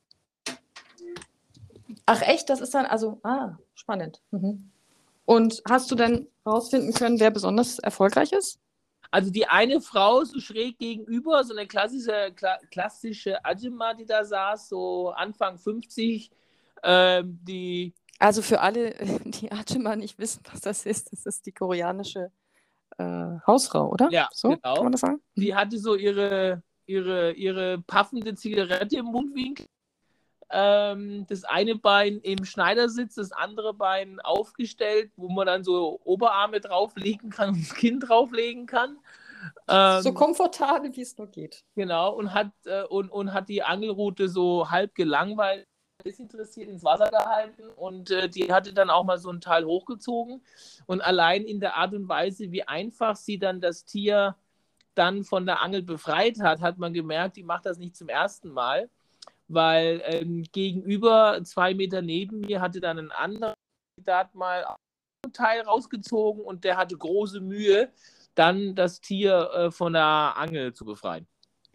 Ach echt, das ist dann, spannend. Und hast du denn rausfinden können, wer besonders erfolgreich ist? Also die eine Frau so schräg gegenüber, so eine klassische Ajumma, die da saß, so Anfang 50, die... Also für alle, die Ajumma nicht wissen, was das ist die koreanische Hausfrau, oder? Ja, so, genau. Kann man das sagen? Die hatte so ihre paffende Zigarette im Mundwinkel. Das eine Bein im Schneidersitz, das andere Bein aufgestellt, wo man dann so Oberarme drauflegen kann und das Kinn drauflegen kann. So komfortabel, wie es nur geht. Genau, und hat die Angelrute so halb gelangweilt, desinteressiert ins Wasser gehalten und die hatte dann auch mal so ein Teil hochgezogen. Und allein in der Art und Weise, wie einfach sie dann das Tier dann von der Angel befreit hat man gemerkt, die macht das nicht zum ersten Mal. Weil gegenüber 2 Meter neben mir hatte dann ein anderer Kandidat mal ein Teil rausgezogen und der hatte große Mühe, dann das Tier von der Angel zu befreien.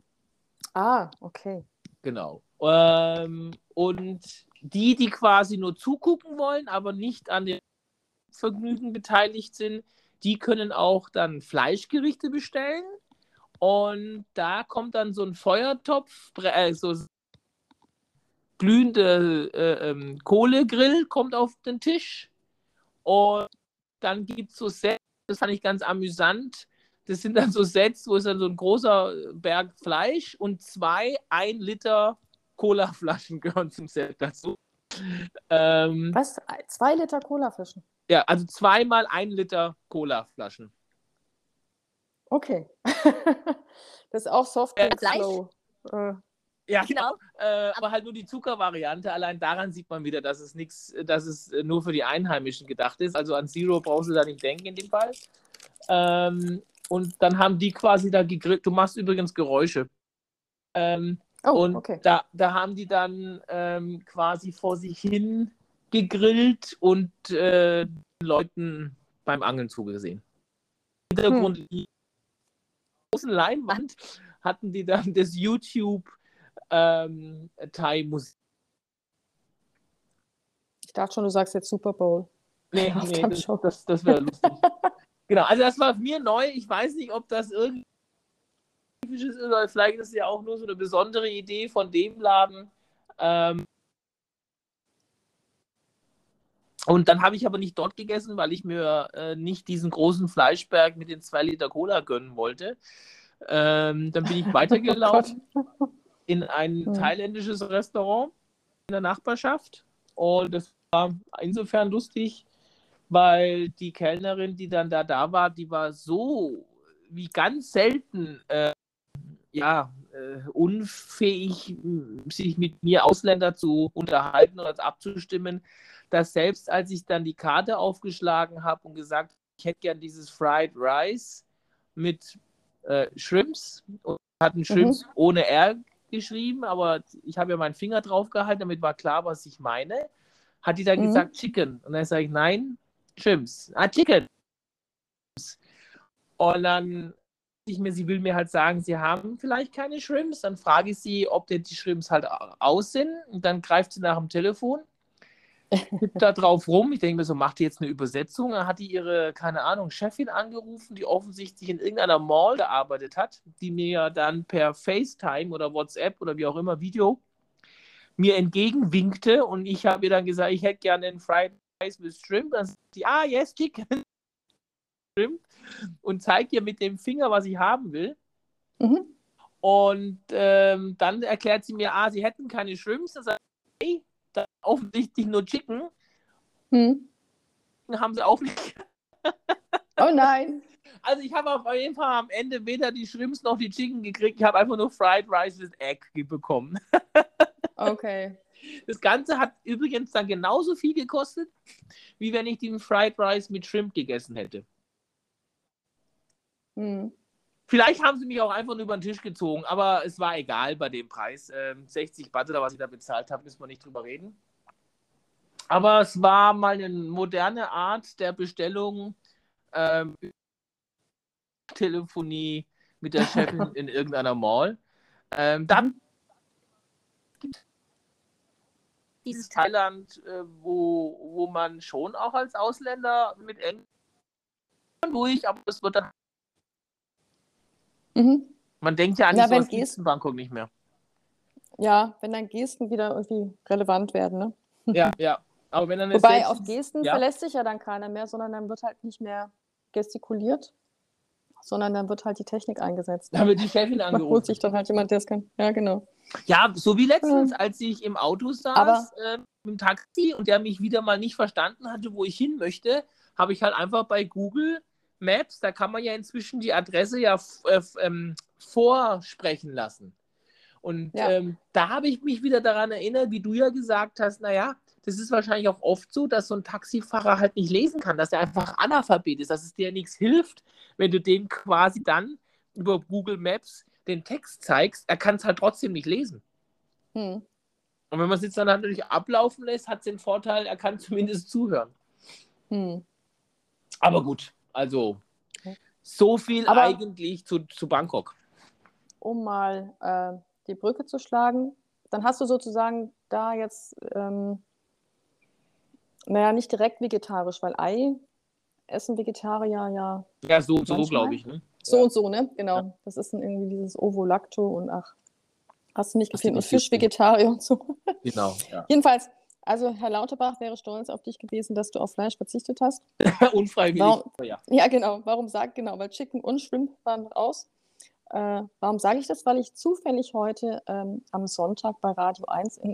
Okay. Genau. Und die quasi nur zugucken wollen, aber nicht an dem Vergnügen beteiligt sind, die können auch dann Fleischgerichte bestellen. Und da kommt dann so ein Feuertopf, so glühende Kohlegrill kommt auf den Tisch und dann gibt es so Sets, das fand ich ganz amüsant, das sind dann so Sets, wo es dann so ein großer Berg Fleisch und 2 1 Liter Colaflaschen gehören zum Set dazu. Was? 2 Liter Colaflaschen? Ja, also 2 mal 1 Liter Colaflaschen. Okay. Das ist auch Softdrink Flow. Ja, genau. Aber halt nur die Zuckervariante. Allein daran sieht man wieder, dass es nur für die Einheimischen gedacht ist. Also an Zero brauchst du da nicht denken in dem Fall. Und dann haben die quasi da gegrillt. Du machst übrigens Geräusche. Okay. Da haben die dann quasi vor sich hin gegrillt und Leuten beim Angeln zugesehen. Im Hintergrund die großen Leinwand hatten die dann das YouTube Thai-Musik. Ich dachte schon, du sagst jetzt Super Bowl. Nee, das wäre lustig. Genau, also das war mir neu. Ich weiß nicht, ob das irgendwie ist oder vielleicht ist es ja auch nur so eine besondere Idee von dem Laden. Und dann habe ich aber nicht dort gegessen, weil ich mir nicht diesen großen Fleischberg mit den 2 Liter Cola gönnen wollte. Dann bin ich weitergelaufen in ein thailändisches Restaurant in der Nachbarschaft. Und das war insofern lustig, weil die Kellnerin, die dann da war, die war so wie ganz selten unfähig, sich mit mir Ausländer zu unterhalten oder abzustimmen, dass selbst als ich dann die Karte aufgeschlagen habe und gesagt, ich hätte gern dieses Fried Rice mit Shrimps und hatten Shrimps ohne R geschrieben, aber ich habe ja meinen Finger drauf gehalten, damit war klar, was ich meine, hat die dann gesagt Chicken. Und dann sage ich, nein, Shrimps. Ah, Chicken. Und dann sie will mir halt sagen, sie haben vielleicht keine Shrimps. Dann frage ich sie, ob denn die Shrimps halt aus sind. Und dann greift sie nach dem Telefon, tippt da drauf rum. Ich denke mir so, macht die jetzt eine Übersetzung? Dann hat die ihre, keine Ahnung, Chefin angerufen, die offensichtlich in irgendeiner Mall gearbeitet hat, die mir dann per FaceTime oder WhatsApp oder wie auch immer Video mir entgegenwinkte. Und ich habe ihr dann gesagt, ich hätte gerne einen Fried Rice with Shrimp. Dann sagt sie, yes, Chicken. Und zeigt ihr mit dem Finger, was ich haben will. Und dann erklärt sie mir, sie hätten keine Shrimps. Dann sagt sie, hey, das ist offensichtlich nur Chicken. Haben sie auch nicht. Oh nein. Also ich habe auf jeden Fall am Ende weder die Shrimps noch die Chicken gekriegt. Ich habe einfach nur Fried Rice with Egg bekommen. Okay. Das Ganze hat übrigens dann genauso viel gekostet, wie wenn ich den Fried Rice mit Shrimp gegessen hätte. Vielleicht haben sie mich auch einfach nur über den Tisch gezogen, aber es war egal bei dem Preis. 60 Baht oder was ich da bezahlt habe, müssen wir nicht drüber reden. Aber es war mal eine moderne Art der Bestellung, Telefonie mit der Chefin in irgendeiner Mall. Dann dieses Thailand, wo man schon auch als Ausländer mit Englisch durch, aber es wird dann man denkt ja an die Bangkok nicht mehr. Ja, wenn dann Gesten wieder irgendwie relevant werden, ne? Ja. Aber wenn dann Wobei auf Gesten verlässt sich ja dann keiner mehr, sondern dann wird halt nicht mehr gestikuliert, sondern dann wird halt die Technik eingesetzt. Da wird die Chefin angerufen. Man holt sich dann halt jemand, der es kann. Ja, genau. Ja, so wie letztens, als ich im Auto saß, im Taxi und der mich wieder mal nicht verstanden hatte, wo ich hin möchte, habe ich halt einfach bei Google Maps, da kann man ja inzwischen die Adresse vorsprechen lassen. Und da habe ich mich wieder daran erinnert, wie du ja gesagt hast, naja, das ist wahrscheinlich auch oft so, dass so ein Taxifahrer halt nicht lesen kann, dass er einfach Analphabet ist, dass es dir nichts hilft, wenn du dem quasi dann über Google Maps den Text zeigst, er kann es halt trotzdem nicht lesen. Und wenn man es jetzt dann natürlich ablaufen lässt, hat es den Vorteil, er kann zumindest zuhören. Aber gut, also so viel eigentlich zu Bangkok. Um mal die Brücke zu schlagen, dann hast du sozusagen da jetzt, nicht direkt vegetarisch, weil Ei essen Vegetarier ja. Ja, so glaube ich, ne? So und so, ne? Genau. Ja. Das ist dann irgendwie dieses Ovo-Lacto und hast du nicht gefehlt und Fisch-Vegetarier und so. Genau, ja. Jedenfalls, also Herr Lauterbach wäre stolz auf dich gewesen, dass du auf Fleisch verzichtet hast. Unfreiwillig, ja. Ja, genau. Weil Chicken und Shrimp waren raus. Warum sage ich das? Weil ich zufällig heute am Sonntag bei Radio 1 in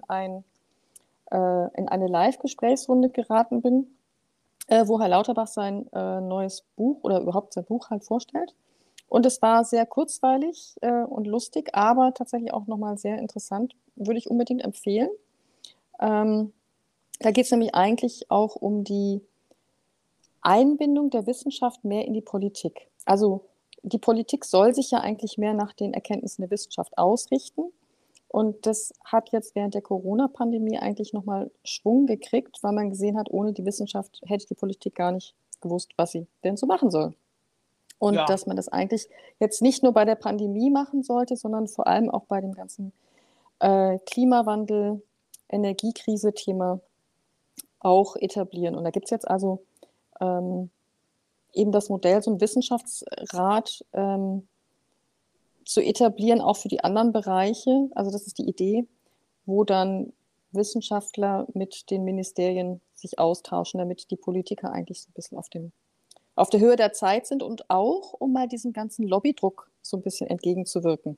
eine Live-Gesprächsrunde geraten bin, wo Herr Lauterbach sein neues Buch oder überhaupt sein Buch halt vorstellt. Und es war sehr kurzweilig und lustig, aber tatsächlich auch nochmal sehr interessant. Würde ich unbedingt empfehlen. Da geht es nämlich eigentlich auch um die Einbindung der Wissenschaft mehr in die Politik. Also die Politik soll sich ja eigentlich mehr nach den Erkenntnissen der Wissenschaft ausrichten. Und das hat jetzt während der Corona-Pandemie eigentlich nochmal Schwung gekriegt, weil man gesehen hat, ohne die Wissenschaft hätte die Politik gar nicht gewusst, was sie denn so machen soll. Und dass man das eigentlich jetzt nicht nur bei der Pandemie machen sollte, sondern vor allem auch bei dem ganzen Klimawandel, Energiekrise-Thema auch etablieren. Und da gibt es jetzt also eben das Modell, so einen Wissenschaftsrat zu etablieren, auch für die anderen Bereiche. Also das ist die Idee, wo dann Wissenschaftler mit den Ministerien sich austauschen, damit die Politiker eigentlich so ein bisschen auf der Höhe der Zeit sind und auch, um mal diesem ganzen Lobbydruck so ein bisschen entgegenzuwirken.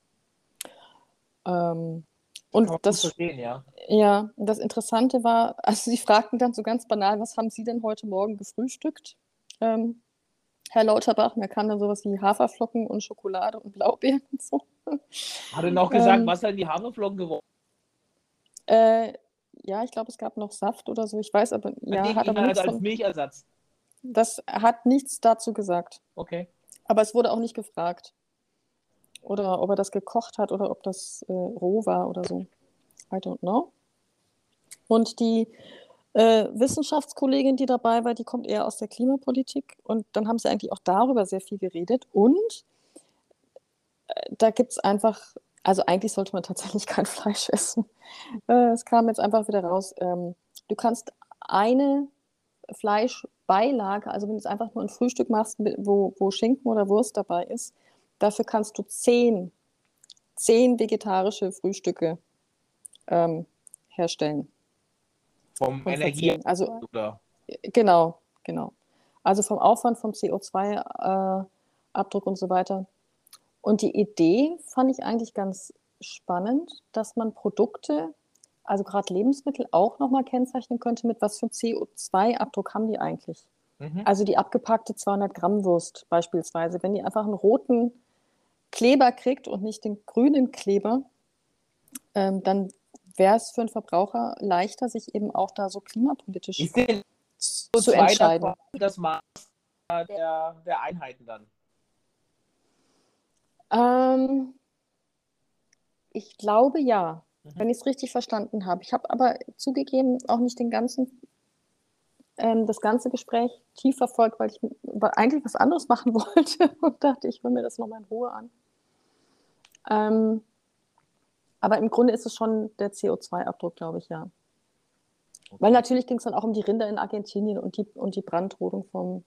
Und das Interessante war, also sie fragten dann so ganz banal, was haben Sie denn heute Morgen gefrühstückt, Herr Herr Lauterbach, mir kam dann sowas wie Haferflocken und Schokolade und Blaubeeren und so. Hat er noch gesagt, was er in die Haferflocken geworfen Ja, ich glaube, es gab noch Saft oder so. Ich weiß aber, hat? ja, Nee, hat ich aber meine nichts also als von. Milchersatz. Das hat nichts dazu gesagt. Okay. Aber es wurde auch nicht gefragt. Oder ob er das gekocht hat oder ob das roh war oder so. I don't know. Und die Wissenschaftskollegin, die dabei war, die kommt eher aus der Klimapolitik. Und dann haben sie eigentlich auch darüber sehr viel geredet. Und da gibt es einfach, also eigentlich sollte man tatsächlich kein Fleisch essen. Es kam jetzt einfach wieder raus. Du kannst eine Fleischbeilage, also wenn du jetzt einfach nur ein Frühstück machst, wo Schinken oder Wurst dabei ist, dafür kannst du 10 vegetarische Frühstücke herstellen Vom und Energie verzehren. Also oder? genau. Also vom Aufwand, vom CO2-Abdruck und so weiter. Und die Idee fand ich eigentlich ganz spannend, dass man Produkte, also gerade Lebensmittel, auch nochmal kennzeichnen könnte, mit was für einem CO2-Abdruck haben die eigentlich. Mhm. Also die abgepackte 200 Gramm Wurst beispielsweise, wenn die einfach einen roten Kleber kriegt und nicht den grünen Kleber, dann wäre es für einen Verbraucher leichter, sich eben auch da so klimapolitisch Ist denn zu CO2 dann entscheiden. quasi das Maß der Einheiten dann? Ähm, Ich glaube ja, wenn ich es richtig verstanden habe. Ich habe aber zugegeben auch nicht das ganze Gespräch tief verfolgt, weil ich eigentlich was anderes machen wollte und dachte, ich hole mir das nochmal in Ruhe an. Aber im Grunde ist es schon der CO2-Abdruck, glaube ich, ja. Weil natürlich ging es dann auch um die Rinder in Argentinien und die Brandrodung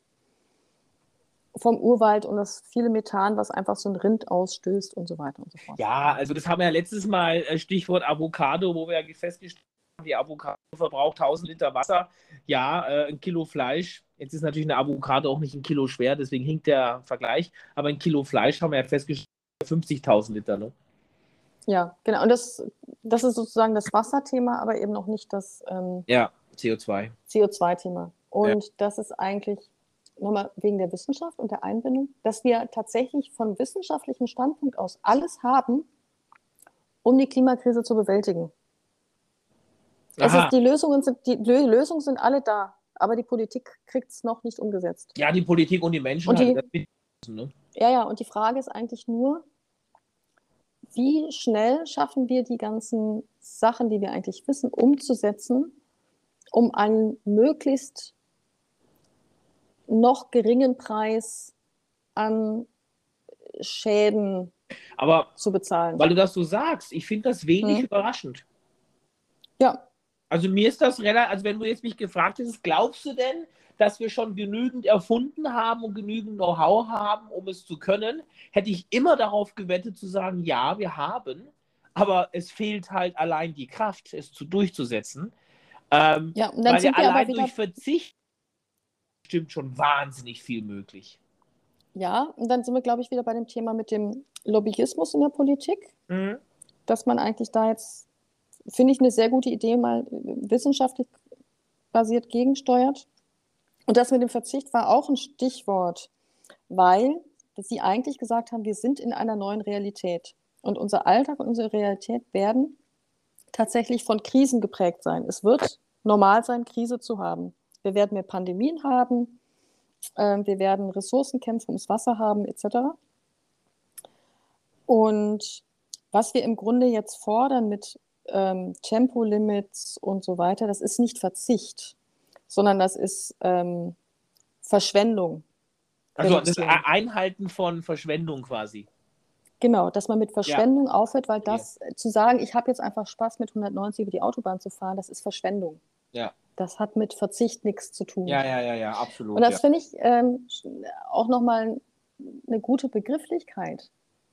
vom Urwald und das viele Methan, was einfach so ein Rind ausstößt und so weiter und so fort. Ja, also das haben wir ja letztes Mal, Stichwort Avocado, wo wir ja festgestellt haben, die Avocado verbraucht 1000 Liter Wasser. Ja, ein Kilo Fleisch. Jetzt ist natürlich eine Avocado auch nicht ein Kilo schwer, deswegen hinkt der Vergleich. Aber ein Kilo Fleisch haben wir ja festgestellt, 50.000 Liter. Ne? Ja, genau. Und das ist sozusagen das Wasserthema, aber eben noch nicht das Ja, CO2. CO2-Thema. Ja. Und das ist eigentlich nochmal wegen der Wissenschaft und der Einbindung, dass wir tatsächlich von wissenschaftlichem Standpunkt aus alles haben, um die Klimakrise zu bewältigen. Aha. Die Lösungen sind alle da, aber die Politik kriegt es noch nicht umgesetzt. Ja, die Politik und die Menschen Und halt. und die Frage ist eigentlich nur, wie schnell schaffen wir die ganzen Sachen, die wir eigentlich wissen, umzusetzen, um einen möglichst noch geringen Preis an Schäden zu bezahlen. Weil du das so sagst, ich finde das wenig überraschend. Ja. Also mir ist das relativ, also wenn du jetzt mich gefragt hättest, glaubst du denn, dass wir schon genügend erfunden haben und genügend Know-how haben, um es zu können, hätte ich immer darauf gewettet zu sagen, ja, wir haben, aber es fehlt halt allein die Kraft, es durchzusetzen. Ja, und dann weil sind ja wir aber allein wieder, durch Verzicht bestimmt schon wahnsinnig viel möglich. ja, und dann sind wir, glaube ich, wieder bei dem Thema mit dem Lobbyismus in der Politik, dass man eigentlich da jetzt, finde ich, eine sehr gute Idee, mal wissenschaftlich basiert gegensteuert. Und das mit dem Verzicht war auch ein Stichwort, weil sie eigentlich gesagt haben, wir sind in einer neuen Realität. Und unser Alltag und unsere Realität werden tatsächlich von Krisen geprägt sein. Es wird normal sein, Krise zu haben. Wir werden mehr Pandemien haben, wir werden Ressourcenkämpfe ums Wasser haben, etc. Und was wir im Grunde jetzt fordern mit Tempolimits und so weiter, das ist nicht Verzicht, sondern das ist Verschwendung. Also das Einhalten von Verschwendung quasi. Genau, dass man mit Verschwendung aufhört, weil das zu sagen, ich habe jetzt einfach Spaß mit 190 über die Autobahn zu fahren, das ist Verschwendung. Ja. Das hat mit Verzicht nichts zu tun. Ja, absolut. Und das finde ich auch nochmal eine gute Begrifflichkeit,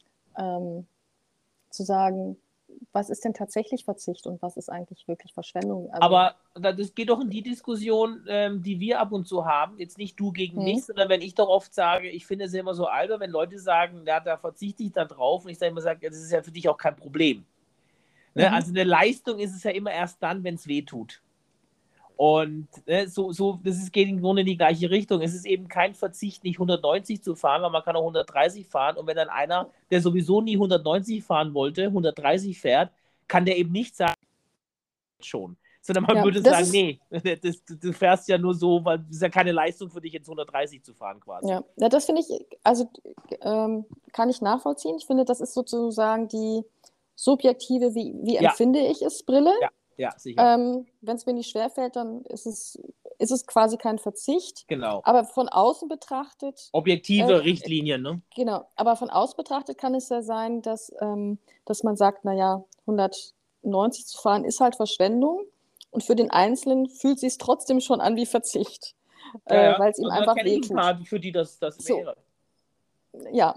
zu sagen, was ist denn tatsächlich Verzicht und was ist eigentlich wirklich Verschwendung? Also, aber das geht doch in die Diskussion, die wir ab und zu haben, jetzt nicht du gegen mich, sondern wenn ich doch oft sage, ich finde es ja immer so albern, wenn Leute sagen, ja, da verzichte ich dann drauf und ich sage immer, ja, das ist ja für dich auch kein Problem. Ne? Also eine Leistung ist es ja immer erst dann, wenn es weh tut. Und das geht im Grunde in die gleiche Richtung. Es ist eben kein Verzicht, nicht 190 zu fahren, weil man kann auch 130 fahren. Und wenn dann einer, der sowieso nie 190 fahren wollte, 130 fährt, kann der eben nicht sagen, schon. Sondern man würde sagen, nee, du fährst ja nur so, weil es ist ja keine Leistung für dich, jetzt 130 zu fahren quasi. Ja, das finde ich, also kann ich nachvollziehen. Ich finde, das ist sozusagen die subjektive, wie empfinde ich es, Brille. Ja, sicher. Wenn es mir nicht schwerfällt, dann ist es quasi kein Verzicht. Genau. Aber von außen betrachtet. Objektive Richtlinien, ne? Genau. Aber von außen betrachtet kann es ja sein, dass man sagt, naja, 190 zu fahren ist halt Verschwendung. Und für den Einzelnen fühlt es sich trotzdem schon an wie Verzicht. Weil es ihm einfach wehtut. Ein paar, für die das wäre. Ja,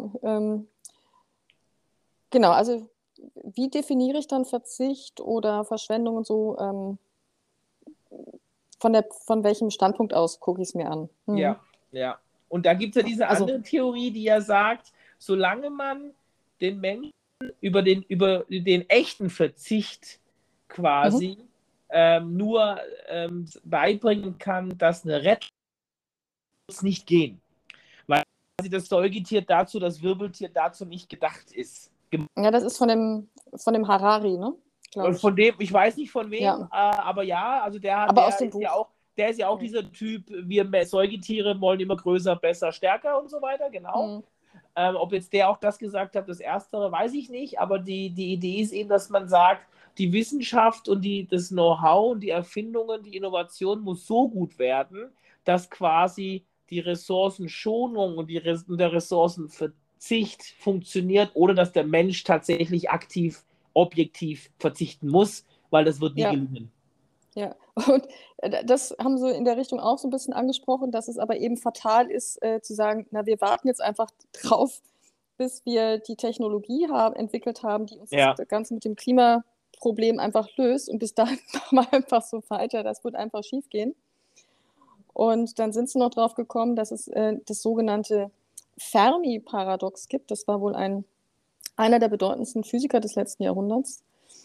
genau. Also wie definiere ich dann Verzicht oder Verschwendung und so? Von welchem Standpunkt aus gucke ich es mir an? Ja. Und da gibt es ja diese andere Theorie, die ja sagt, solange man den Menschen über den echten Verzicht quasi nur beibringen kann, dass eine Rettung nicht gehen. Weil quasi das Säugetier dazu, das Wirbeltier dazu nicht gedacht ist. Ja, das ist von dem Harari, ne? Von dem, ich weiß nicht von wem, aber ja, also der ist ja auch dieser Typ, wir Säugetiere wollen immer größer, besser, stärker und so weiter, genau. Ob jetzt der auch das gesagt hat, das Erstere, weiß ich nicht, aber die Idee ist eben, dass man sagt, die Wissenschaft und das Know-how und die Erfindungen, die Innovation muss so gut werden, dass quasi die Ressourcenschonung und der Ressourcenverzicht funktioniert, ohne dass der Mensch tatsächlich aktiv objektiv verzichten muss, weil das wird nie gelingen. Ja, und das haben Sie in der Richtung auch so ein bisschen angesprochen, dass es aber eben fatal ist, zu sagen, na, wir warten jetzt einfach drauf, bis wir die Technologie entwickelt haben, die uns das Ganze mit dem Klimaproblem einfach löst, und bis dahin machen wir einfach so weiter, das wird einfach schief gehen. Und dann sind sie noch drauf gekommen, dass es das sogenannte Fermi-Paradox gibt. Das war wohl einer der bedeutendsten Physiker des letzten Jahrhunderts,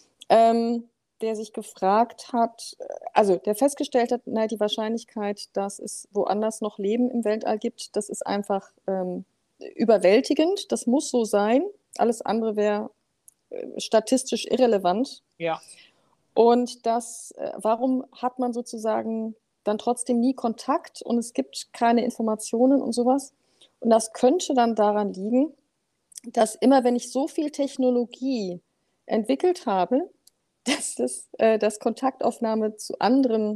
der sich gefragt hat, also der festgestellt hat, die Wahrscheinlichkeit, dass es woanders noch Leben im Weltall gibt, das ist einfach überwältigend. Das muss so sein. Alles andere wäre statistisch irrelevant. Ja. Und warum hat man sozusagen dann trotzdem nie Kontakt und es gibt keine Informationen und sowas? Und das könnte dann daran liegen, dass immer, wenn ich so viel Technologie entwickelt habe, dass Kontaktaufnahme zu anderen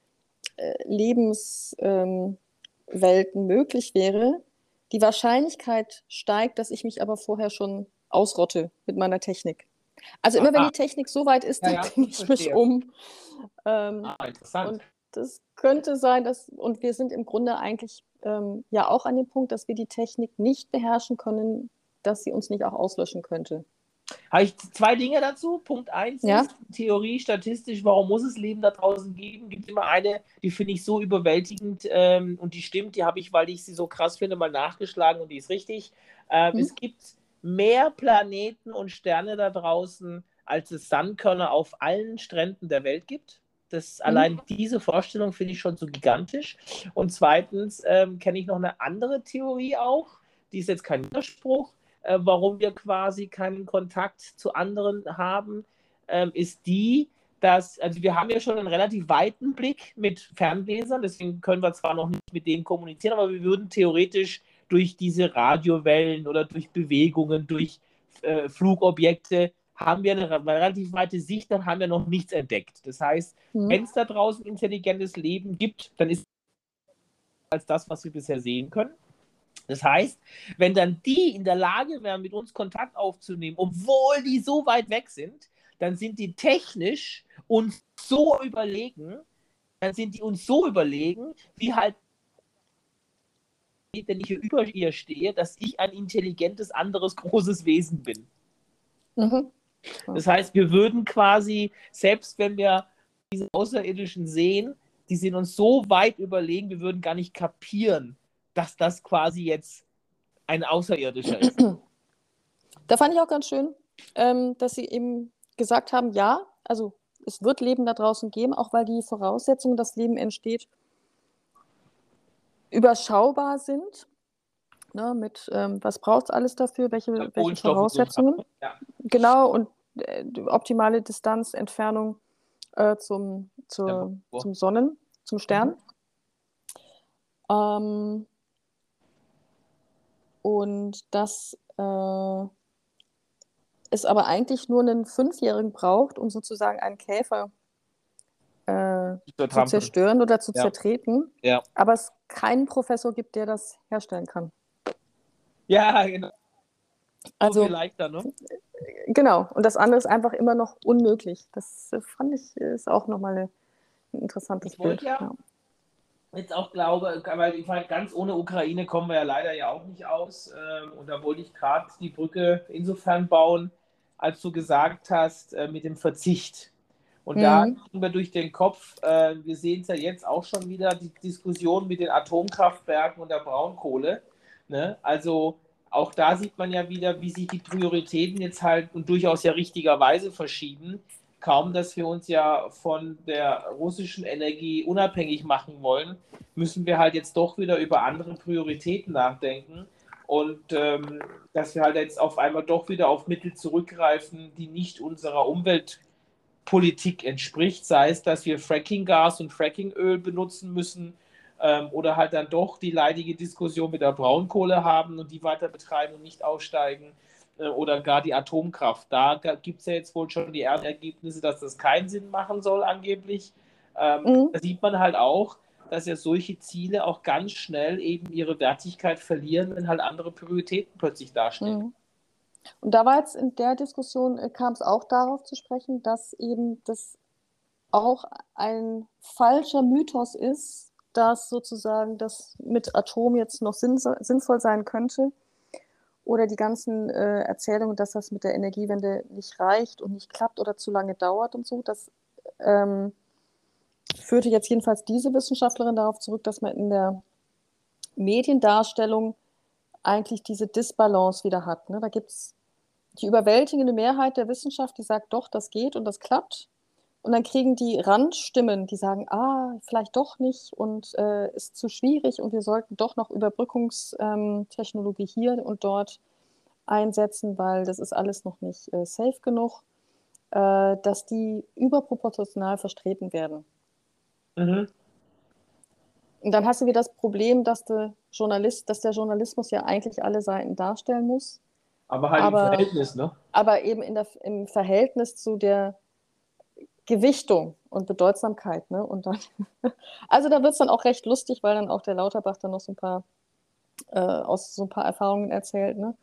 Lebenswelten möglich wäre, die Wahrscheinlichkeit steigt, dass ich mich aber vorher schon ausrotte mit meiner Technik. Also immer wenn die Technik so weit ist, dann bringe ich mich um. Interessant. Und das könnte sein, und wir sind im Grunde eigentlich ja auch an dem Punkt, dass wir die Technik nicht beherrschen können, dass sie uns nicht auch auslöschen könnte. Habe ich 2 Dinge dazu. Punkt 1 ist Theorie, statistisch, warum muss es Leben da draußen geben? Gibt immer eine, die finde ich so überwältigend und die stimmt, die habe ich, weil ich sie so krass finde, mal nachgeschlagen und die ist richtig. Es gibt mehr Planeten und Sterne da draußen, als es Sandkörner auf allen Stränden der Welt gibt. Allein diese Vorstellung finde ich schon so gigantisch. Und zweitens kenne ich noch eine andere Theorie auch, die ist jetzt kein Widerspruch, warum wir quasi keinen Kontakt zu anderen haben, ist also wir haben ja schon einen relativ weiten Blick mit Fernlesern, deswegen können wir zwar noch nicht mit denen kommunizieren, aber wir würden theoretisch durch diese Radiowellen oder durch Bewegungen, durch Flugobjekte, haben wir eine relativ weite Sicht, dann haben wir noch nichts entdeckt. Das heißt, wenn es da draußen intelligentes Leben gibt, dann ist es als das, was wir bisher sehen können. Das heißt, wenn dann die in der Lage wären, mit uns Kontakt aufzunehmen, obwohl die so weit weg sind, dann sind die technisch uns so überlegen, wie halt, wenn ich hier über ihr stehe, dass ich ein intelligentes, anderes, großes Wesen bin. Das heißt, wir würden quasi, selbst wenn wir diese Außerirdischen sehen, die sind uns so weit überlegen, wir würden gar nicht kapieren, dass das quasi jetzt ein Außerirdischer ist. Da fand ich auch ganz schön, dass Sie eben gesagt haben, ja, also es wird Leben da draußen geben, auch weil die Voraussetzungen, dass Leben entsteht, überschaubar sind. Ne, mit was braucht es alles dafür, welche Kohlenstoff und so. Voraussetzungen. Ja. Genau, und die optimale Distanz, Entfernung zum Sonnen, zum Stern. Und dass es aber eigentlich nur einen 5-Jährigen braucht, um sozusagen einen Käfer zu zerstören oder zu zertreten. Ja. Aber es keinen Professor gibt, der das herstellen kann. Ja, genau. Also, viel leichter, ne? Genau. Und das andere ist einfach immer noch unmöglich. Das fand ich, ist auch nochmal ein interessantes Bild. Ja. Jetzt auch glaube, weil ich meine, ganz ohne Ukraine kommen wir ja leider ja auch nicht aus. Und da wollte ich gerade die Brücke insofern bauen, als du gesagt hast, mit dem Verzicht. Und da gehen wir durch den Kopf, wir sehen es ja jetzt auch schon wieder, die Diskussion mit den Atomkraftwerken und der Braunkohle. Ne? Also auch da sieht man ja wieder, wie sich die Prioritäten jetzt halt und durchaus ja richtigerweise verschieben. Kaum, dass wir uns ja von der russischen Energie unabhängig machen wollen, müssen wir halt jetzt doch wieder über andere Prioritäten nachdenken. Und dass wir halt jetzt auf einmal doch wieder auf Mittel zurückgreifen, die nicht unserer Umweltpolitik entspricht, sei es, dass wir Fracking-Gas und Fracking-Öl benutzen müssen oder halt dann doch die leidige Diskussion mit der Braunkohle haben und die weiter betreiben und nicht aussteigen oder gar die Atomkraft. Da gibt es ja jetzt wohl schon die ersten Ergebnisse, dass das keinen Sinn machen soll angeblich. Da sieht man halt auch, dass ja solche Ziele auch ganz schnell eben ihre Wertigkeit verlieren, wenn halt andere Prioritäten plötzlich dastehen. Und da war jetzt in der Diskussion, kam es auch darauf zu sprechen, dass eben das auch ein falscher Mythos ist, dass sozusagen das mit Atom jetzt noch sinnvoll sein könnte. Oder die ganzen Erzählungen, dass das mit der Energiewende nicht reicht und nicht klappt oder zu lange dauert und so. Das führte jetzt jedenfalls diese Wissenschaftlerin darauf zurück, dass man in der Mediendarstellung eigentlich diese Disbalance wieder hat. Ne? Da gibt es die überwältigende Mehrheit der Wissenschaft, die sagt, doch, das geht und das klappt. Und dann kriegen die Randstimmen, die sagen, vielleicht doch nicht und ist zu schwierig und wir sollten doch noch Überbrückungstechnologie hier und dort einsetzen, weil das ist alles noch nicht safe genug, dass die überproportional vertreten werden. Und dann hast du wieder das Problem, dass der Journalismus ja eigentlich alle Seiten darstellen muss. Aber halt im Verhältnis, ne? Aber eben im Verhältnis zu der Gewichtung und Bedeutsamkeit. Ne? Und dann, also da wird es dann auch recht lustig, weil dann auch der Lauterbach dann noch so ein paar aus so ein paar Erfahrungen erzählt, ne?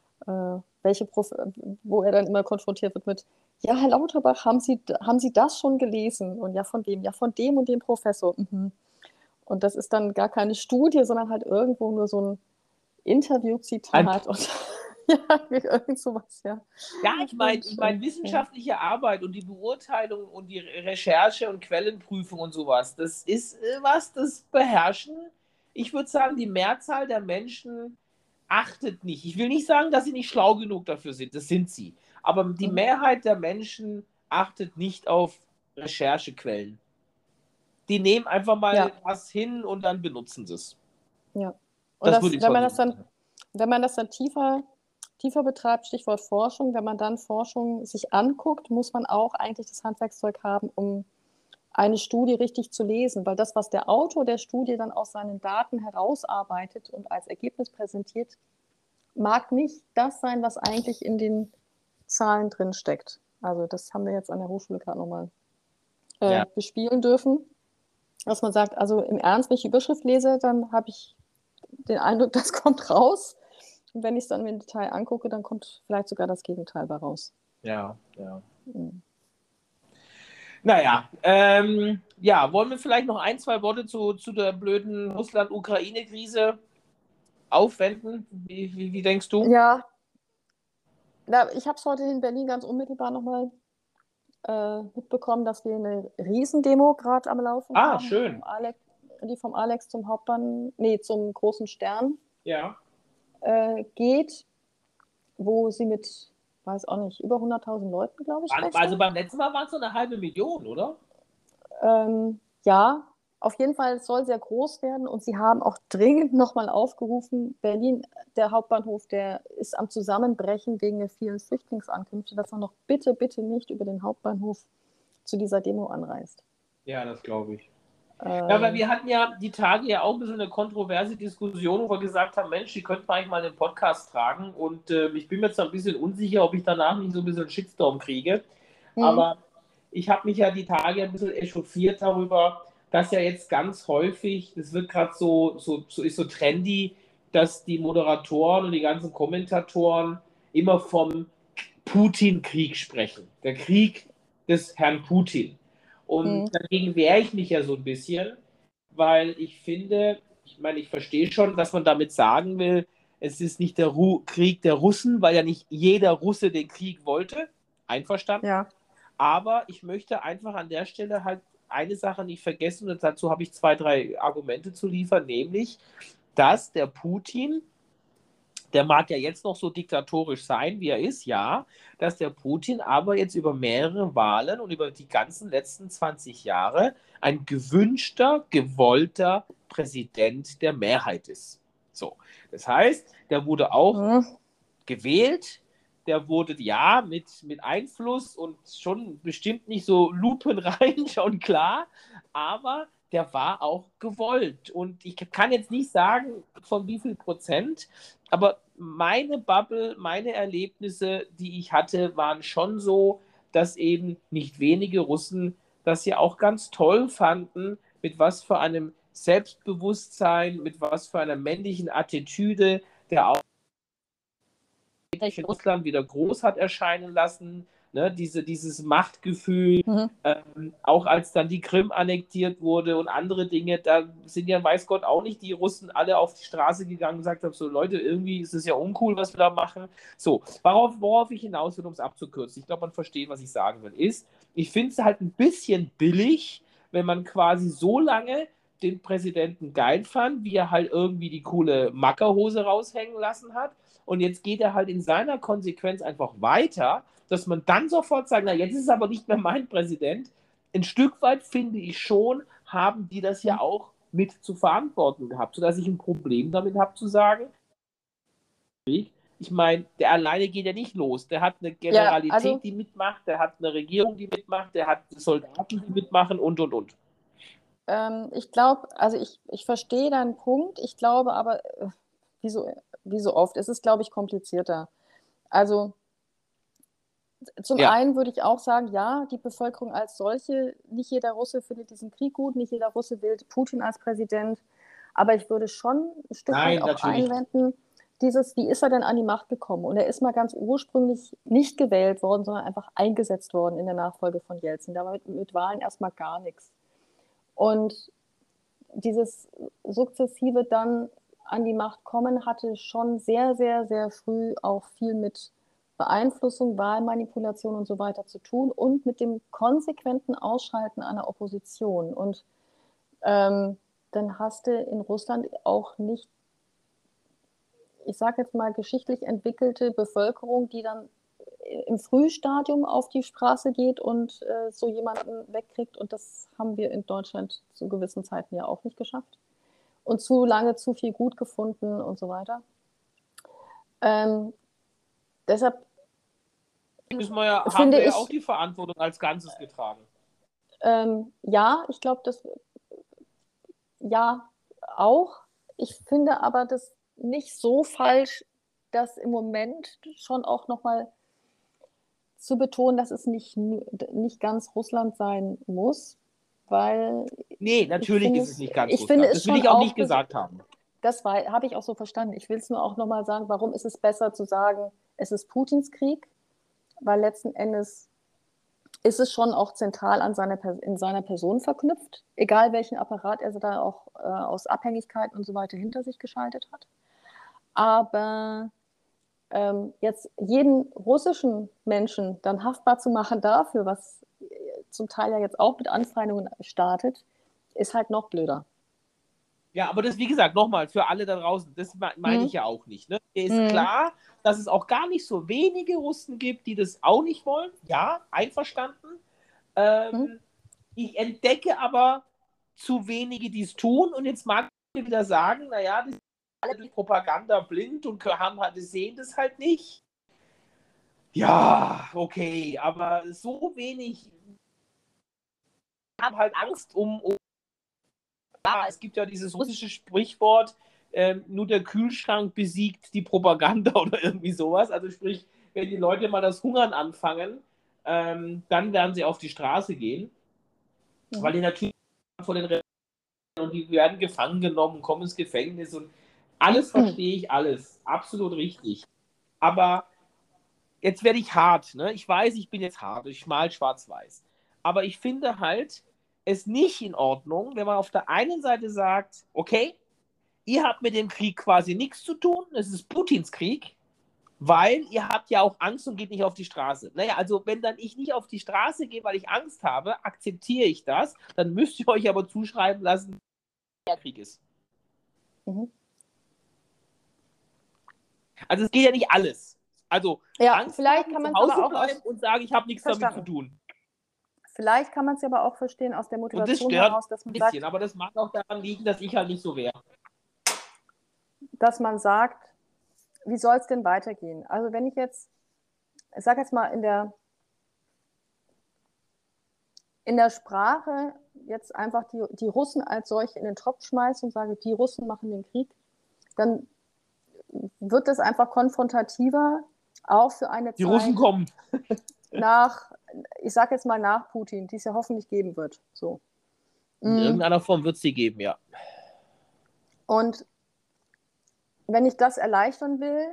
Wo er dann immer konfrontiert wird mit, ja, Herr Lauterbach, haben Sie das schon gelesen? Und ja, von wem? Ja, von dem und dem Professor. Und das ist dann gar keine Studie, sondern halt irgendwo nur so ein Interview-Zitat und ja, irgend sowas, ja. Ja, ich meine, wissenschaftliche Arbeit und die Beurteilung und die Recherche und Quellenprüfung und sowas, das ist was, das beherrschen. Ich würde sagen, die Mehrzahl der Menschen achtet nicht. Ich will nicht sagen, dass sie nicht schlau genug dafür sind, das sind sie. Aber die Mehrheit der Menschen achtet nicht auf Recherchequellen. Die nehmen einfach mal was hin und dann benutzen sie es. Ja. Und wenn man das dann tiefer betreibt, Stichwort Forschung, wenn man dann Forschung sich anguckt, muss man auch eigentlich das Handwerkszeug haben, um eine Studie richtig zu lesen, weil das, was der Autor der Studie dann aus seinen Daten herausarbeitet und als Ergebnis präsentiert, mag nicht das sein, was eigentlich in den Zahlen drin steckt. Also das haben wir jetzt an der Hochschule gerade nochmal bespielen dürfen, dass man sagt, also im Ernst, wenn ich die Überschrift lese, dann habe ich den Eindruck, das kommt raus. Und wenn ich es dann im Detail angucke, dann kommt vielleicht sogar das Gegenteil bei raus. Ja. Naja, wollen wir vielleicht noch 1-2 Worte zu der blöden Russland-Ukraine-Krise aufwenden? Wie denkst du? Ja, ich habe es heute in Berlin ganz unmittelbar nochmal mitbekommen, dass wir eine Riesendemo gerade am Laufen haben. Schön. Die vom Alex zum zum großen Stern ja. Geht, wo sie mit weiß auch nicht, über 100.000 Leuten, glaube ich, Also rechnen. beim letzten Mal waren es so 500.000, oder? Ja, auf jeden Fall, es soll sehr groß werden und sie haben auch dringend nochmal aufgerufen, Berlin, der Hauptbahnhof, der ist am Zusammenbrechen wegen der vielen Flüchtlingsankünfte, dass man noch bitte, bitte nicht über den Hauptbahnhof zu dieser Demo anreist. Ja, das glaube ich. Ja, weil Ähm, wir hatten ja die Tage ja auch ein bisschen eine kontroverse Diskussion, wo wir gesagt haben, Mensch, die könnten wir eigentlich mal in den Podcast tragen. Und ich bin mir jetzt ein bisschen unsicher, ob ich danach nicht so ein bisschen einen Shitstorm kriege. hm, Aber ich habe mich ja die Tage ein bisschen echauffiert darüber, dass ja jetzt ganz häufig, das wird gerade ist so trendy, dass die Moderatoren und die ganzen Kommentatoren immer vom Putin-Krieg sprechen. Der Krieg des Herrn Putin. Und hm, dagegen wehre ich mich ja so ein bisschen, weil ich finde, ich meine, ich verstehe schon, dass man damit sagen will, es ist nicht der Krieg der Russen, weil ja nicht jeder Russe den Krieg wollte. Einverstanden. ja. Aber ich möchte einfach an der Stelle halt eine Sache nicht vergessen und dazu habe ich 2, 3 Argumente zu liefern, nämlich, dass der Putin, der mag ja jetzt noch so diktatorisch sein, wie er ist, ja, dass der Putin aber jetzt über mehrere Wahlen und über die ganzen letzten 20 Jahre ein gewünschter, gewollter Präsident der Mehrheit ist. So, das heißt, der wurde auch Hm, gewählt, der wurde ja mit Einfluss und schon bestimmt nicht so lupenrein, schon klar, aber der war auch gewollt. Und ich kann jetzt nicht sagen, von wie viel Prozent, aber meine Bubble, meine Erlebnisse, die ich hatte, waren schon so, dass eben nicht wenige Russen das ja auch ganz toll fanden, mit was für einem Selbstbewusstsein, mit was für einer männlichen Attitüde der auch in Russland wieder groß hat erscheinen lassen, ne, dieses Machtgefühl, hm. auch als dann die Krim annektiert wurde und andere Dinge, da sind ja, weiß Gott, auch nicht die Russen alle auf die Straße gegangen und gesagt haben, so Leute, irgendwie ist es ja uncool, was wir da machen. So, worauf ich hinaus will, um es abzukürzen, ich glaube, man versteht, was ich sagen will, ist, ich finde es halt ein bisschen billig, wenn man quasi so lange den Präsidenten geil fand, wie er halt irgendwie die coole Mackerhose raushängen lassen hat. Und jetzt geht er halt in seiner Konsequenz einfach weiter, dass man dann sofort sagt, na, jetzt ist es aber nicht mehr mein Präsident. Ein Stück weit, finde ich schon, haben die das ja auch mit zu verantworten gehabt, sodass ich ein Problem damit habe zu sagen, ich meine, der alleine geht ja nicht los. Der hat eine Ja, Generalität, also die mitmacht, der hat eine Regierung, die mitmacht, der hat Soldaten, die mitmachen und. ich glaube, also ich verstehe deinen Punkt. Ich glaube aber, wie so, wie so oft, es ist, glaube ich, komplizierter. Also zum Ja, einen würde ich auch sagen, ja, die Bevölkerung als solche, nicht jeder Russe findet diesen Krieg gut, nicht jeder Russe will Putin als Präsident, aber ich würde schon ein Stück weit nein, auch natürlich. einwenden, wie ist er denn an die Macht gekommen? Und er ist mal ganz ursprünglich nicht gewählt worden, sondern einfach eingesetzt worden in der Nachfolge von Jelzin. Da war mit Wahlen erstmal gar nichts. Und dieses sukzessive dann an die Macht kommen hatte schon sehr, sehr, sehr früh auch viel mit Beeinflussung, Wahlmanipulation und so weiter zu tun und mit dem konsequenten Ausschalten einer Opposition. Und dann hast du in Russland auch nicht, ich sage jetzt mal, geschichtlich entwickelte Bevölkerung, die dann im Frühstadium auf die Straße geht und so jemanden wegkriegt. Und das haben wir in Deutschland zu gewissen Zeiten ja auch nicht geschafft. Und zu lange zu viel gut gefunden und so weiter. Ähm, deshalb Haben finde wir ja auch ich, die Verantwortung als Ganzes getragen. ja, ich glaube, das ja auch. Ich finde aber das nicht so falsch, dass im Moment schon auch nochmal zu betonen, dass es nicht ganz Russland sein muss, weil Nee, natürlich ist es nicht ganz ich finde Russland. es Das will schon ich auch nicht auch, gesagt haben. das habe ich auch so verstanden. Ich will es nur auch nochmal sagen, warum ist es besser zu sagen, es ist Putins Krieg, weil letzten Endes ist es schon auch zentral in seiner Person verknüpft, egal welchen Apparat er da auch aus Abhängigkeiten und so weiter hinter sich geschaltet hat. Aber jetzt jeden russischen Menschen dann haftbar zu machen dafür, was zum Teil ja jetzt auch mit Anfeindungen startet, ist halt noch blöder. Ja, aber das, wie gesagt, nochmal, für alle da draußen, das meine Hm? ich ja auch nicht. Ne? Mir ist Hm. klar, dass es auch gar nicht so wenige Russen gibt, die das auch nicht wollen. Ja, einverstanden. Ich entdecke aber zu wenige, die es tun. Und jetzt mag ich wieder sagen, naja, die sind alle durch Propaganda blind und sehen das halt nicht. Ja, okay, aber so wenig haben halt Angst ja, es gibt ja dieses russische Sprichwort, nur der Kühlschrank besiegt die Propaganda oder irgendwie sowas. Also sprich, wenn die Leute mal das Hungern anfangen, dann werden sie auf die Straße gehen, weil die natürlich vor den Rechten und die werden gefangen genommen, kommen ins Gefängnis und alles verstehe ich, alles. Absolut richtig. Aber jetzt werde ich hart, ne? Ich weiß, ich bin jetzt hart, ich mal schwarz-weiß. Aber ich finde halt es nicht in Ordnung, wenn man auf der einen Seite sagt, okay, ihr habt mit dem Krieg quasi nichts zu tun, es ist Putins Krieg, weil ihr habt ja auch Angst und geht nicht auf die Straße. Naja, also wenn dann ich nicht auf die Straße gehe, weil ich Angst habe, akzeptiere ich das, dann müsst ihr euch aber zuschreiben lassen, dass der Krieg ist. Also es geht ja nicht alles. Also Ja, Angst vielleicht haben, kann man zu es Hause aber auch bleiben und sagen, ich habe nichts damit zu tun. Vielleicht kann man es aber auch verstehen aus der Und das Motivation stört heraus, dass ein man bisschen, sagt, aber das mag auch daran liegen, dass ich halt nicht so wäre. wie soll es denn weitergehen? Also wenn ich sage jetzt mal in der Sprache jetzt einfach die Russen als solche in den Topf schmeiße und sage, die Russen machen den Krieg, dann wird das einfach konfrontativer, auch für eine Die Zeit Russen kommen. ich sage jetzt mal nach Putin, die es ja hoffentlich geben wird. So. In irgendeiner Form wird es sie geben, ja. Und wenn ich das erleichtern will,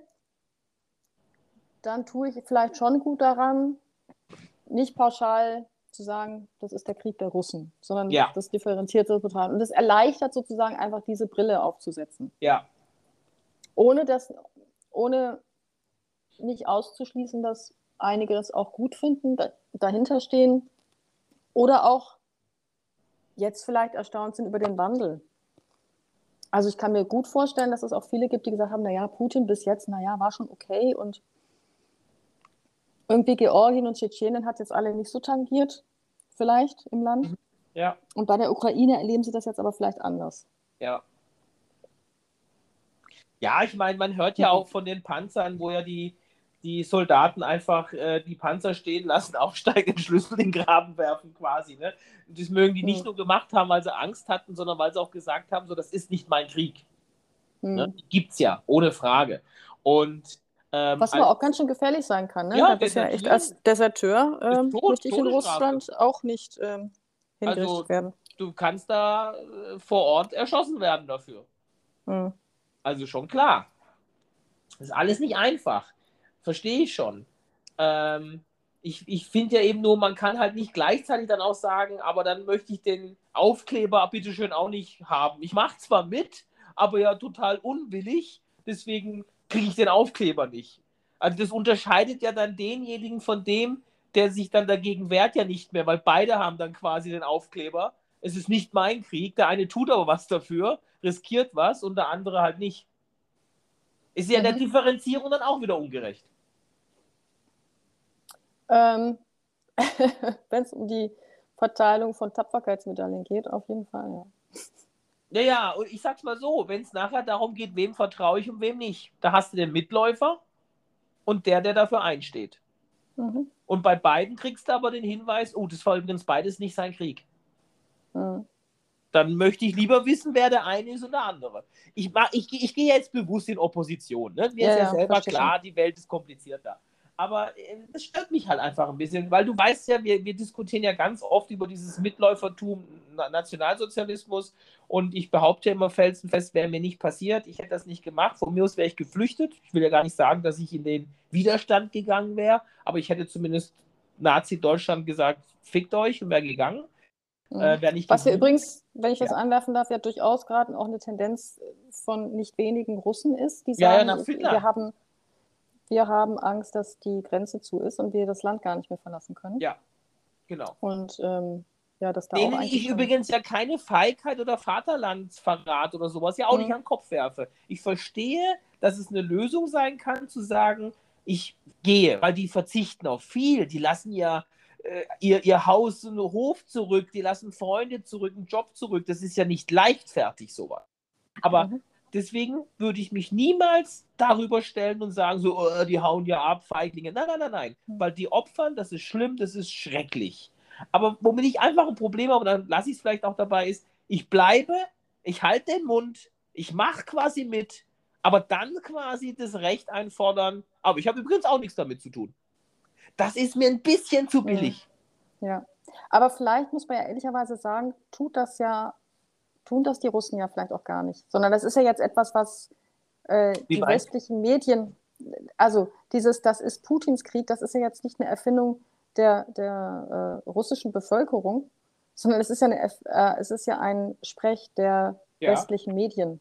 dann tue ich vielleicht schon gut daran, nicht pauschal zu sagen, das ist der Krieg der Russen, sondern das differenziert zu betreiben. Und das erleichtert sozusagen einfach diese Brille aufzusetzen. Ja. Ohne nicht auszuschließen, dass einige das auch gut finden, dahinter stehen oder auch jetzt vielleicht erstaunt sind über den Wandel. Also ich kann mir gut vorstellen, dass es auch viele gibt, die gesagt haben, naja, Putin bis jetzt, naja, war schon okay und irgendwie Georgien und Tschetschenien hat jetzt alle nicht so tangiert, vielleicht im Land. Ja. Und bei der Ukraine erleben sie das jetzt aber vielleicht anders. Ja. Ja, ich meine, man hört ja auch von den Panzern, wo ja die Soldaten einfach die Panzer stehen lassen, aufsteigen, den Schlüssel in den Graben werfen quasi. Ne? Und das mögen die nicht nur gemacht haben, weil sie Angst hatten, sondern weil sie auch gesagt haben, so, das ist nicht mein Krieg. Ne? Die gibt's ja, ohne Frage. Und was aber auch ganz schön gefährlich sein kann. Ne? Ja, das ist ja echt als Deserteur möchte ich in Russland auch nicht hingerichtet werden. Du kannst da vor Ort erschossen werden dafür. Also schon klar. Das ist alles nicht einfach. Verstehe ich schon. Ich finde ja eben nur, man kann halt nicht gleichzeitig dann auch sagen, aber dann möchte ich den Aufkleber bitteschön auch nicht haben. Ich mache zwar mit, aber ja total unwillig, deswegen kriege ich den Aufkleber nicht. Also das unterscheidet ja dann denjenigen von dem, der sich dann dagegen wehrt, ja nicht mehr, weil beide haben dann quasi den Aufkleber. Es ist nicht mein Krieg, der eine tut aber was dafür, riskiert was und der andere halt nicht. Ist ja der Differenzierung dann auch wieder ungerecht. Wenn es um die Verteilung von Tapferkeitsmedaillen geht, auf jeden Fall, ja. Naja, und ich sag's mal so, wenn es nachher darum geht, wem vertraue ich und wem nicht, da hast du den Mitläufer und der dafür einsteht. Und bei beiden kriegst du aber den Hinweis, oh, das war übrigens beides nicht sein Krieg. Dann möchte ich lieber wissen, wer der eine ist und der andere. Ich gehe jetzt bewusst in Opposition. Ne? Mir ist ja selber klar, die Welt ist komplizierter. Aber das stört mich halt einfach ein bisschen, weil du weißt ja, wir diskutieren ja ganz oft über dieses Mitläufertum, Nationalsozialismus und ich behaupte ja immer felsenfest, wäre mir nicht passiert, ich hätte das nicht gemacht, von mir aus wäre ich geflüchtet. Ich will ja gar nicht sagen, dass ich in den Widerstand gegangen wäre, aber ich hätte zumindest Nazi-Deutschland gesagt, fickt euch und wäre gegangen. Was ja übrigens, wenn ich das anwerfen darf, ja durchaus gerade auch eine Tendenz von nicht wenigen Russen ist, die sagen, wir haben Angst, dass die Grenze zu ist und wir das Land gar nicht mehr verlassen können. Ja, genau. Und Ja, dass da auch Denen eigentlich ich schon. übrigens ja keine Feigheit oder Vaterlandsverrat oder sowas ja auch nicht Mhm. an den Kopf werfe. Ich verstehe, dass es eine Lösung sein kann, zu sagen, ich gehe, weil die verzichten auf viel. Die lassen ja ihr Haus und Hof zurück, die lassen Freunde zurück, einen Job zurück. Das ist ja nicht leichtfertig, sowas. Aber Mhm. deswegen würde ich mich niemals darüber stellen und sagen, so, oh, die hauen ja ab, Feiglinge. Nein, nein, nein, nein. Weil die opfern, das ist schlimm, das ist schrecklich. Aber womit ich einfach ein Problem habe, und dann lasse ich es vielleicht auch dabei, ist, ich bleibe, ich halte den Mund, ich mache quasi mit, aber dann quasi das Recht einfordern. Aber ich habe übrigens auch nichts damit zu tun. Das ist mir ein bisschen zu Mhm. billig. Ja. Aber vielleicht muss man ja ehrlicherweise sagen, tun das die Russen ja vielleicht auch gar nicht. Sondern das ist ja jetzt etwas, was Wie die weit? westlichen Medien, also das ist Putins Krieg, das ist ja jetzt nicht eine Erfindung der russischen Bevölkerung, sondern es ist ja ein Sprech der Ja. westlichen Medien.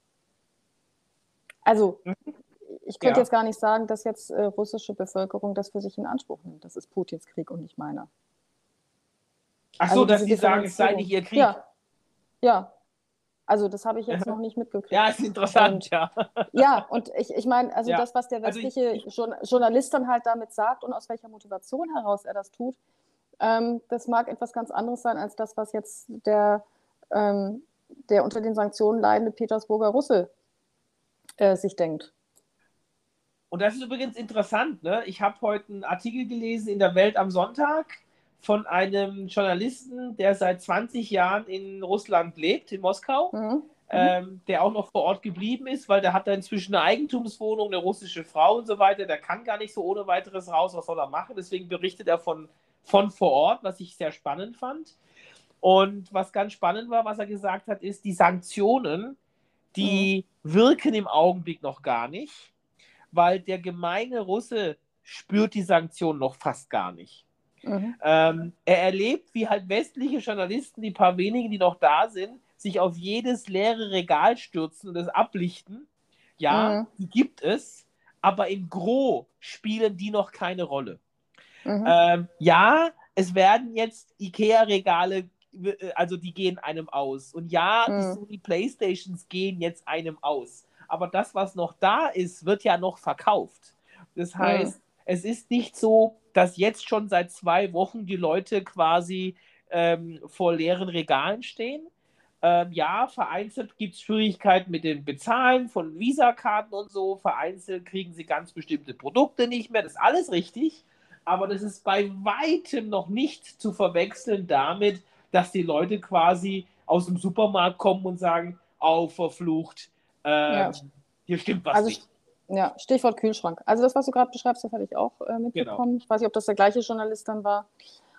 Also ich könnte Ja. jetzt gar nicht sagen, dass jetzt russische Bevölkerung das für sich in Anspruch nimmt. Das ist Putins Krieg und nicht meiner. Ach so, Also dass diese sie sagen, es sei nicht Differenzierung. ihr Krieg. Ja, ja. Also das habe ich jetzt noch nicht Ja, mitgekriegt. ist interessant, Und ja. ja, und ich meine, also Ja. das, was der Also westliche Journalist dann halt damit sagt und aus welcher Motivation heraus er das tut, das mag etwas ganz anderes sein als das, was jetzt der unter den Sanktionen leidende Petersburger Russe sich denkt. und das ist übrigens interessant, ne? Ich habe heute einen Artikel gelesen in der Welt am Sonntag von einem Journalisten, der seit 20 Jahren in Russland lebt, in Moskau, Mhm. Mhm. der auch noch vor Ort geblieben ist, weil der hat da inzwischen eine Eigentumswohnung, eine russische Frau und so weiter. Der kann gar nicht so ohne weiteres raus, was soll er machen? Deswegen berichtet er von vor Ort, was ich sehr spannend fand. Und was ganz spannend war, was er gesagt hat, ist, die Sanktionen, Mhm. die wirken im Augenblick noch gar nicht, weil der gemeine Russe spürt die Sanktionen noch fast gar nicht. Mhm. Er erlebt, wie halt westliche Journalisten, die paar wenigen, die noch da sind, sich auf jedes leere Regal stürzen und es ablichten. Ja, Mhm. die gibt es, aber im Gros spielen die noch keine Rolle. Mhm. Ja, es werden jetzt IKEA-Regale, also die gehen einem aus. Und ja, die Mhm. Sony Playstations gehen jetzt einem aus. Aber das, was noch da ist, wird ja noch verkauft. Das Mhm. heißt, es ist nicht so, dass jetzt schon seit 2 Wochen die Leute quasi vor leeren Regalen stehen. Ja, vereinzelt gibt es Schwierigkeiten mit dem Bezahlen von Visa-Karten und so. Vereinzelt kriegen sie ganz bestimmte Produkte nicht mehr. Das ist alles richtig. Aber das ist bei weitem noch nicht zu verwechseln damit, dass die Leute quasi aus dem Supermarkt kommen und sagen, oh, verflucht, Ja, hier stimmt was also nicht. ja, Stichwort Kühlschrank. Also das, was du gerade beschreibst, das habe ich auch Genau. mitbekommen. Ich weiß nicht, ob das der gleiche Journalist dann war,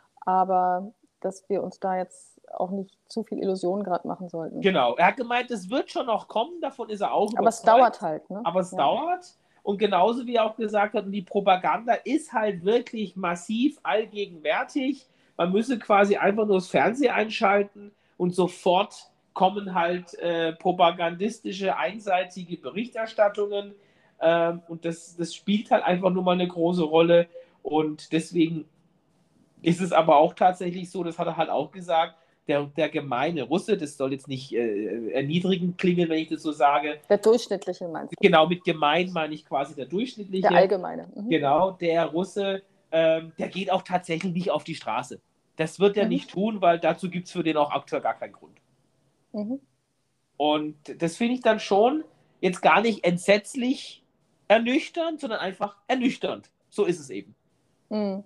aber dass wir uns da jetzt auch nicht zu viel Illusionen gerade machen sollten. Genau. Er hat gemeint, es wird schon noch kommen, davon ist er auch Aber es dauert überzeugt, halt, ne? aber es Ja. dauert. Und genauso wie er auch gesagt hat, die Propaganda ist halt wirklich massiv allgegenwärtig. Man müsse quasi einfach nur das Fernsehen einschalten und sofort kommen halt propagandistische, einseitige Berichterstattungen. Und das spielt halt einfach nur mal eine große Rolle. Und deswegen ist es aber auch tatsächlich so, das hat er halt auch gesagt, der gemeine Russe, das soll jetzt nicht erniedrigend klingen, wenn ich das so sage. Der durchschnittliche meinst du? Genau, mit gemein meine ich quasi der Der durchschnittliche. allgemeine. Mhm. Genau, der Russe, der geht auch tatsächlich nicht auf die Straße. Das wird er Mhm. nicht tun, weil dazu gibt es für den auch aktuell gar keinen Grund. Mhm. Und das finde ich dann schon jetzt gar nicht entsetzlich ernüchternd, sondern einfach ernüchternd. So ist es eben. Mhm.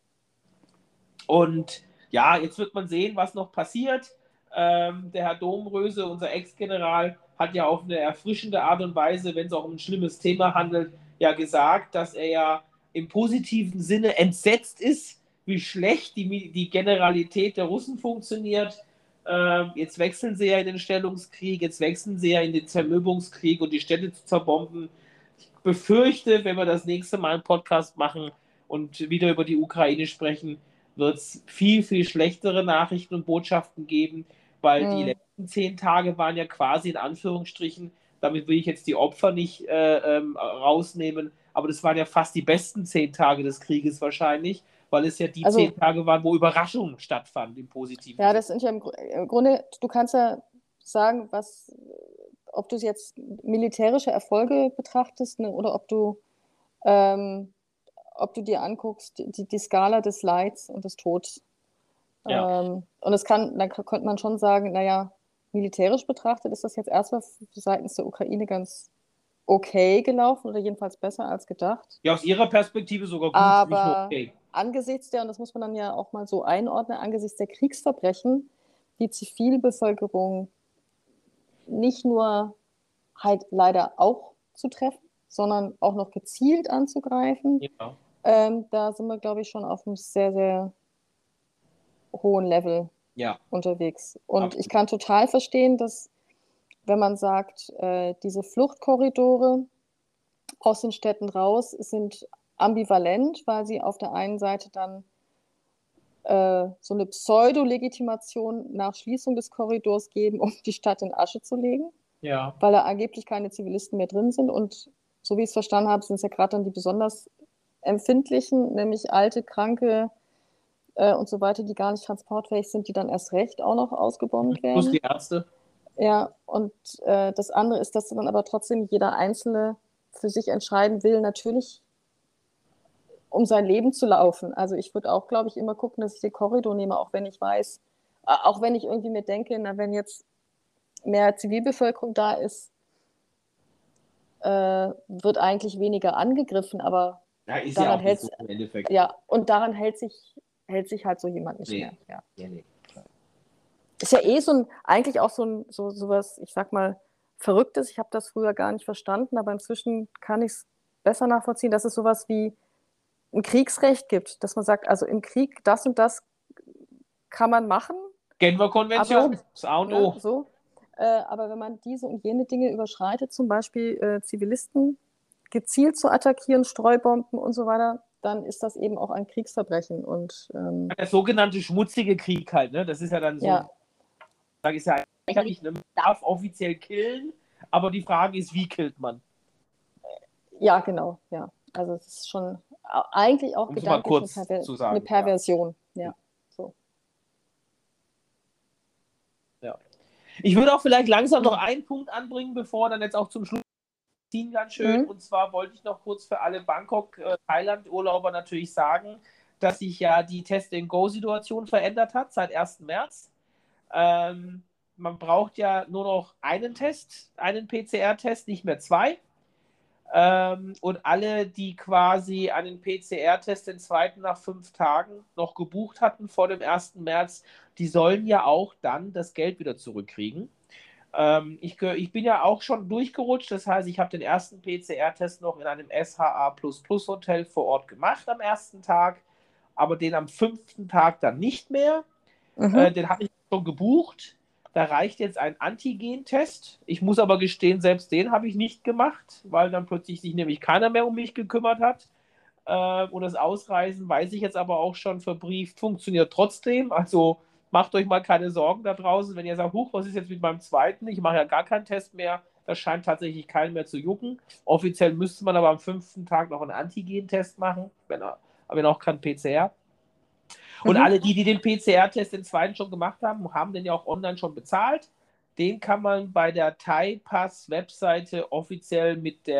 Und ja, jetzt wird man sehen, was noch passiert. Der Herr Domröse, unser Ex-General, hat ja auf eine erfrischende Art und Weise, wenn es auch um ein schlimmes Thema handelt, ja gesagt, dass er ja im positiven Sinne entsetzt ist, wie schlecht die Generalität der Russen funktioniert. Jetzt wechseln sie ja in den Stellungskrieg, jetzt wechseln sie ja in den Zermürbungskrieg und die Städte zu zerbomben. Ich befürchte, wenn wir das nächste Mal einen Podcast machen und wieder über die Ukraine sprechen, wird es viel, viel schlechtere Nachrichten und Botschaften geben, weil die Mhm. letzten 10 Tage waren ja quasi in Anführungsstrichen, damit will ich jetzt die Opfer nicht rausnehmen, aber das waren ja fast die besten 10 Tage des Krieges wahrscheinlich, weil es ja die Also, 10 Tage waren, wo Überraschungen stattfanden im positiven ja, Sinne. das sind ja im Grunde, du kannst ja sagen, ob du es jetzt militärische Erfolge betrachtest, ne, oder ähm, ob du dir anguckst, die Skala des Leids und des Todes. Ja, Und dann könnte man schon sagen, naja, militärisch betrachtet ist das jetzt erstmal seitens der Ukraine ganz okay gelaufen oder jedenfalls besser als gedacht. ja, aus ihrer Perspektive sogar gut, nicht nur Aber okay. angesichts der, und das muss man dann ja auch mal so einordnen, angesichts der Kriegsverbrechen, die Zivilbevölkerung nicht nur halt leider auch zu treffen, sondern auch noch gezielt anzugreifen, Ja, da sind wir, glaube ich, schon auf einem sehr, sehr hohen Level ja, unterwegs. Und ich absolut. kann total verstehen, dass, wenn man sagt, diese Fluchtkorridore aus den Städten raus sind ambivalent, weil sie auf der einen Seite dann so eine Pseudo-Legitimation nach Schließung des Korridors geben, um die Stadt in Asche zu legen, Ja. weil da angeblich keine Zivilisten mehr drin sind. Und so wie ich es verstanden habe, sind es ja gerade dann die besonders empfindlichen, nämlich alte, kranke und so weiter, die gar nicht transportfähig sind, die dann erst recht auch noch ausgebombt Plus die werden. Ärzte. Ja, und das andere ist, dass dann aber trotzdem jeder Einzelne für sich entscheiden will, natürlich um sein Leben zu laufen. Also ich würde auch, glaube ich, immer gucken, dass ich den Korridor nehme, auch wenn ich weiß, auch wenn ich irgendwie mir denke, na, wenn jetzt mehr Zivilbevölkerung da ist, wird eigentlich weniger angegriffen, aber Ja, ist ja daran auch nicht hält so im Endeffekt. ja, und daran hält sich halt so jemand nicht Nee. mehr. Ja. Nee, nee. Ist ja eh eigentlich auch sowas, ich sag mal, Verrücktes. Ich habe das früher gar nicht verstanden, aber inzwischen kann ich es besser nachvollziehen, dass es sowas wie ein Kriegsrecht gibt, dass man sagt, also im Krieg das und das kann man machen, Genfer aber, Konvention, das A und ne, O. so, aber wenn man diese und jene Dinge überschreitet, zum Beispiel Zivilisten gezielt zu attackieren, Streubomben und so weiter, dann ist das eben auch ein Kriegsverbrechen. Und Der sogenannte schmutzige Krieg halt, ne? Das ist ja dann so, ja, sage ich ja eigentlich, ne? Man darf offiziell killen, aber die Frage ist, wie killt man? ja, genau, ja. Also es ist schon eigentlich auch Um es mal gedanklich kurz zu eine sagen, ja. Perversion. Ja, so. Ja. Ich würde auch vielleicht langsam noch einen Punkt anbringen, bevor dann jetzt auch zum Schluss ziehen ganz schön. Mhm. Und zwar wollte ich noch kurz für alle Bangkok-Thailand-Urlauber natürlich sagen, dass sich ja die Test-and-Go-Situation verändert hat seit 1. März. Man braucht ja nur noch einen Test, einen PCR-Test, nicht mehr zwei. Und alle, die quasi einen PCR-Test, den zweiten nach 5 Tagen noch gebucht hatten vor dem 1. März, die sollen ja auch dann das Geld wieder zurückkriegen. Ich bin ja auch schon durchgerutscht, das heißt, ich habe den ersten PCR-Test noch in einem SHA Hotel vor Ort gemacht am ersten Tag, aber den am 5. Tag dann nicht mehr. Mhm. Den habe ich schon gebucht. Da reicht jetzt ein Antigen-Test. Ich muss aber gestehen, selbst den habe ich nicht gemacht, weil dann plötzlich sich nämlich keiner mehr um mich gekümmert hat. Und das Ausreisen, weiß ich jetzt aber auch schon verbrieft, funktioniert trotzdem. Also macht euch mal keine Sorgen da draußen, wenn ihr sagt, huch, was ist jetzt mit meinem zweiten? Ich mache ja gar keinen Test mehr. Das scheint tatsächlich keinen mehr zu jucken. Offiziell müsste man aber am 5. Tag noch einen Antigen-Test machen, wenn auch kein PCR. Und Mhm. alle die den PCR-Test, den zweiten schon gemacht haben, haben den ja auch online schon bezahlt. Den kann man bei der Thai Pass-Webseite offiziell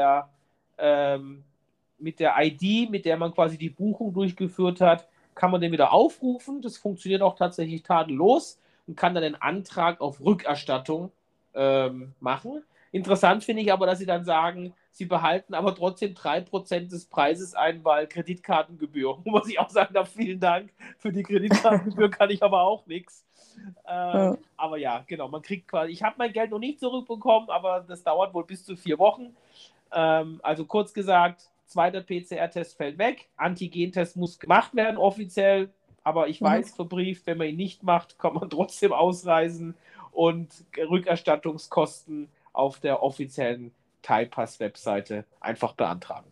mit der ID, mit der man quasi die Buchung durchgeführt hat, kann man den wieder aufrufen. Das funktioniert auch tatsächlich tadellos und kann dann den Antrag auf Rückerstattung machen. Interessant finde ich aber, dass sie dann sagen, sie behalten aber trotzdem 3% des Preises ein, weil Kreditkartengebühr. Muss ich auch sagen, da vielen Dank für die Kreditkartengebühr, kann ich aber auch nichts. Ja. Aber ja, genau, man kriegt quasi, ich habe mein Geld noch nicht zurückbekommen, aber das dauert wohl bis zu 4 Wochen. Also kurz gesagt, zweiter PCR-Test fällt weg, Antigen-Test muss gemacht werden offiziell, aber ich Mhm. weiß verbrieft, wenn man ihn nicht macht, kann man trotzdem ausreisen und Rückerstattungskosten auf der offiziellen Thai-Pass-Webseite einfach beantragen.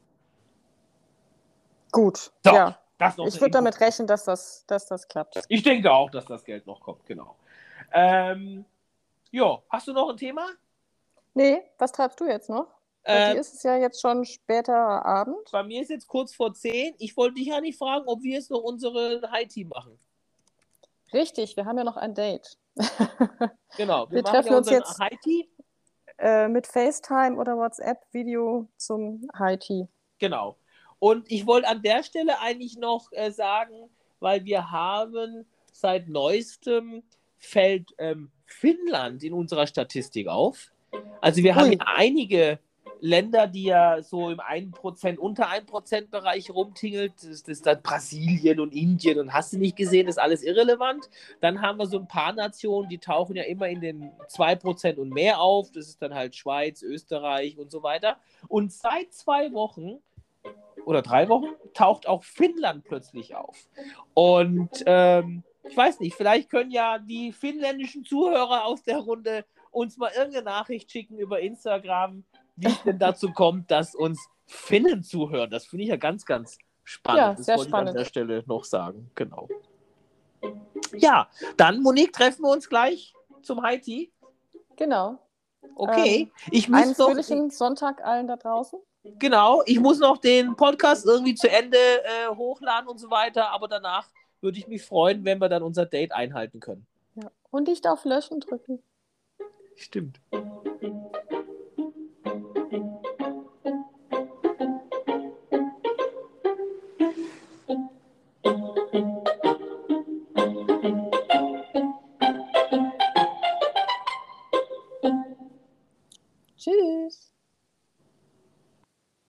Gut, So, ja. das noch Ich eine würde Info. damit rechnen, dass das klappt. Ich denke auch, dass das Geld noch kommt, genau. Ja, hast du noch ein Thema? Nee, was treibst du jetzt noch? Bei dir ist es ja jetzt schon später Abend. Bei mir ist jetzt kurz vor 10. Ich wollte dich ja nicht fragen, ob wir jetzt noch unsere High-Tea machen. Richtig, wir haben ja noch ein Date. Genau, wir Wir machen treffen ja uns unseren jetzt High-Tea. Mit FaceTime oder WhatsApp-Video zum High Tea. Genau. Und ich wollte an der Stelle eigentlich noch sagen, weil wir haben seit neuestem fällt Finnland in unserer Statistik auf. Also wir haben ja einige Länder, die ja so im 1%, unter 1% Bereich rumtingelt. Das ist dann Brasilien und Indien und hast du nicht gesehen, das ist alles irrelevant. Dann haben wir so ein paar Nationen, die tauchen ja immer in den 2% und mehr auf. Das ist dann halt Schweiz, Österreich und so weiter. Und seit 2 Wochen oder 3 Wochen taucht auch Finnland plötzlich auf. Und ich weiß nicht, vielleicht können ja die finnländischen Zuhörer aus der Runde uns mal irgendeine Nachricht schicken über Instagram, wie es denn dazu kommt, dass uns Finnen zuhören. Das finde ich ja ganz, ganz spannend. Ja, das sehr wollte spannend. ich an der Stelle noch sagen. Genau. Ja, dann, Monique, treffen wir uns gleich zum High Tea. Genau. Okay. Einen fröhlichen Sonntag allen da draußen. Genau, ich muss noch den Podcast irgendwie zu Ende hochladen und so weiter, aber danach würde ich mich freuen, wenn wir dann unser Date einhalten können. Ja. Und nicht auf Löschen drücken. Stimmt.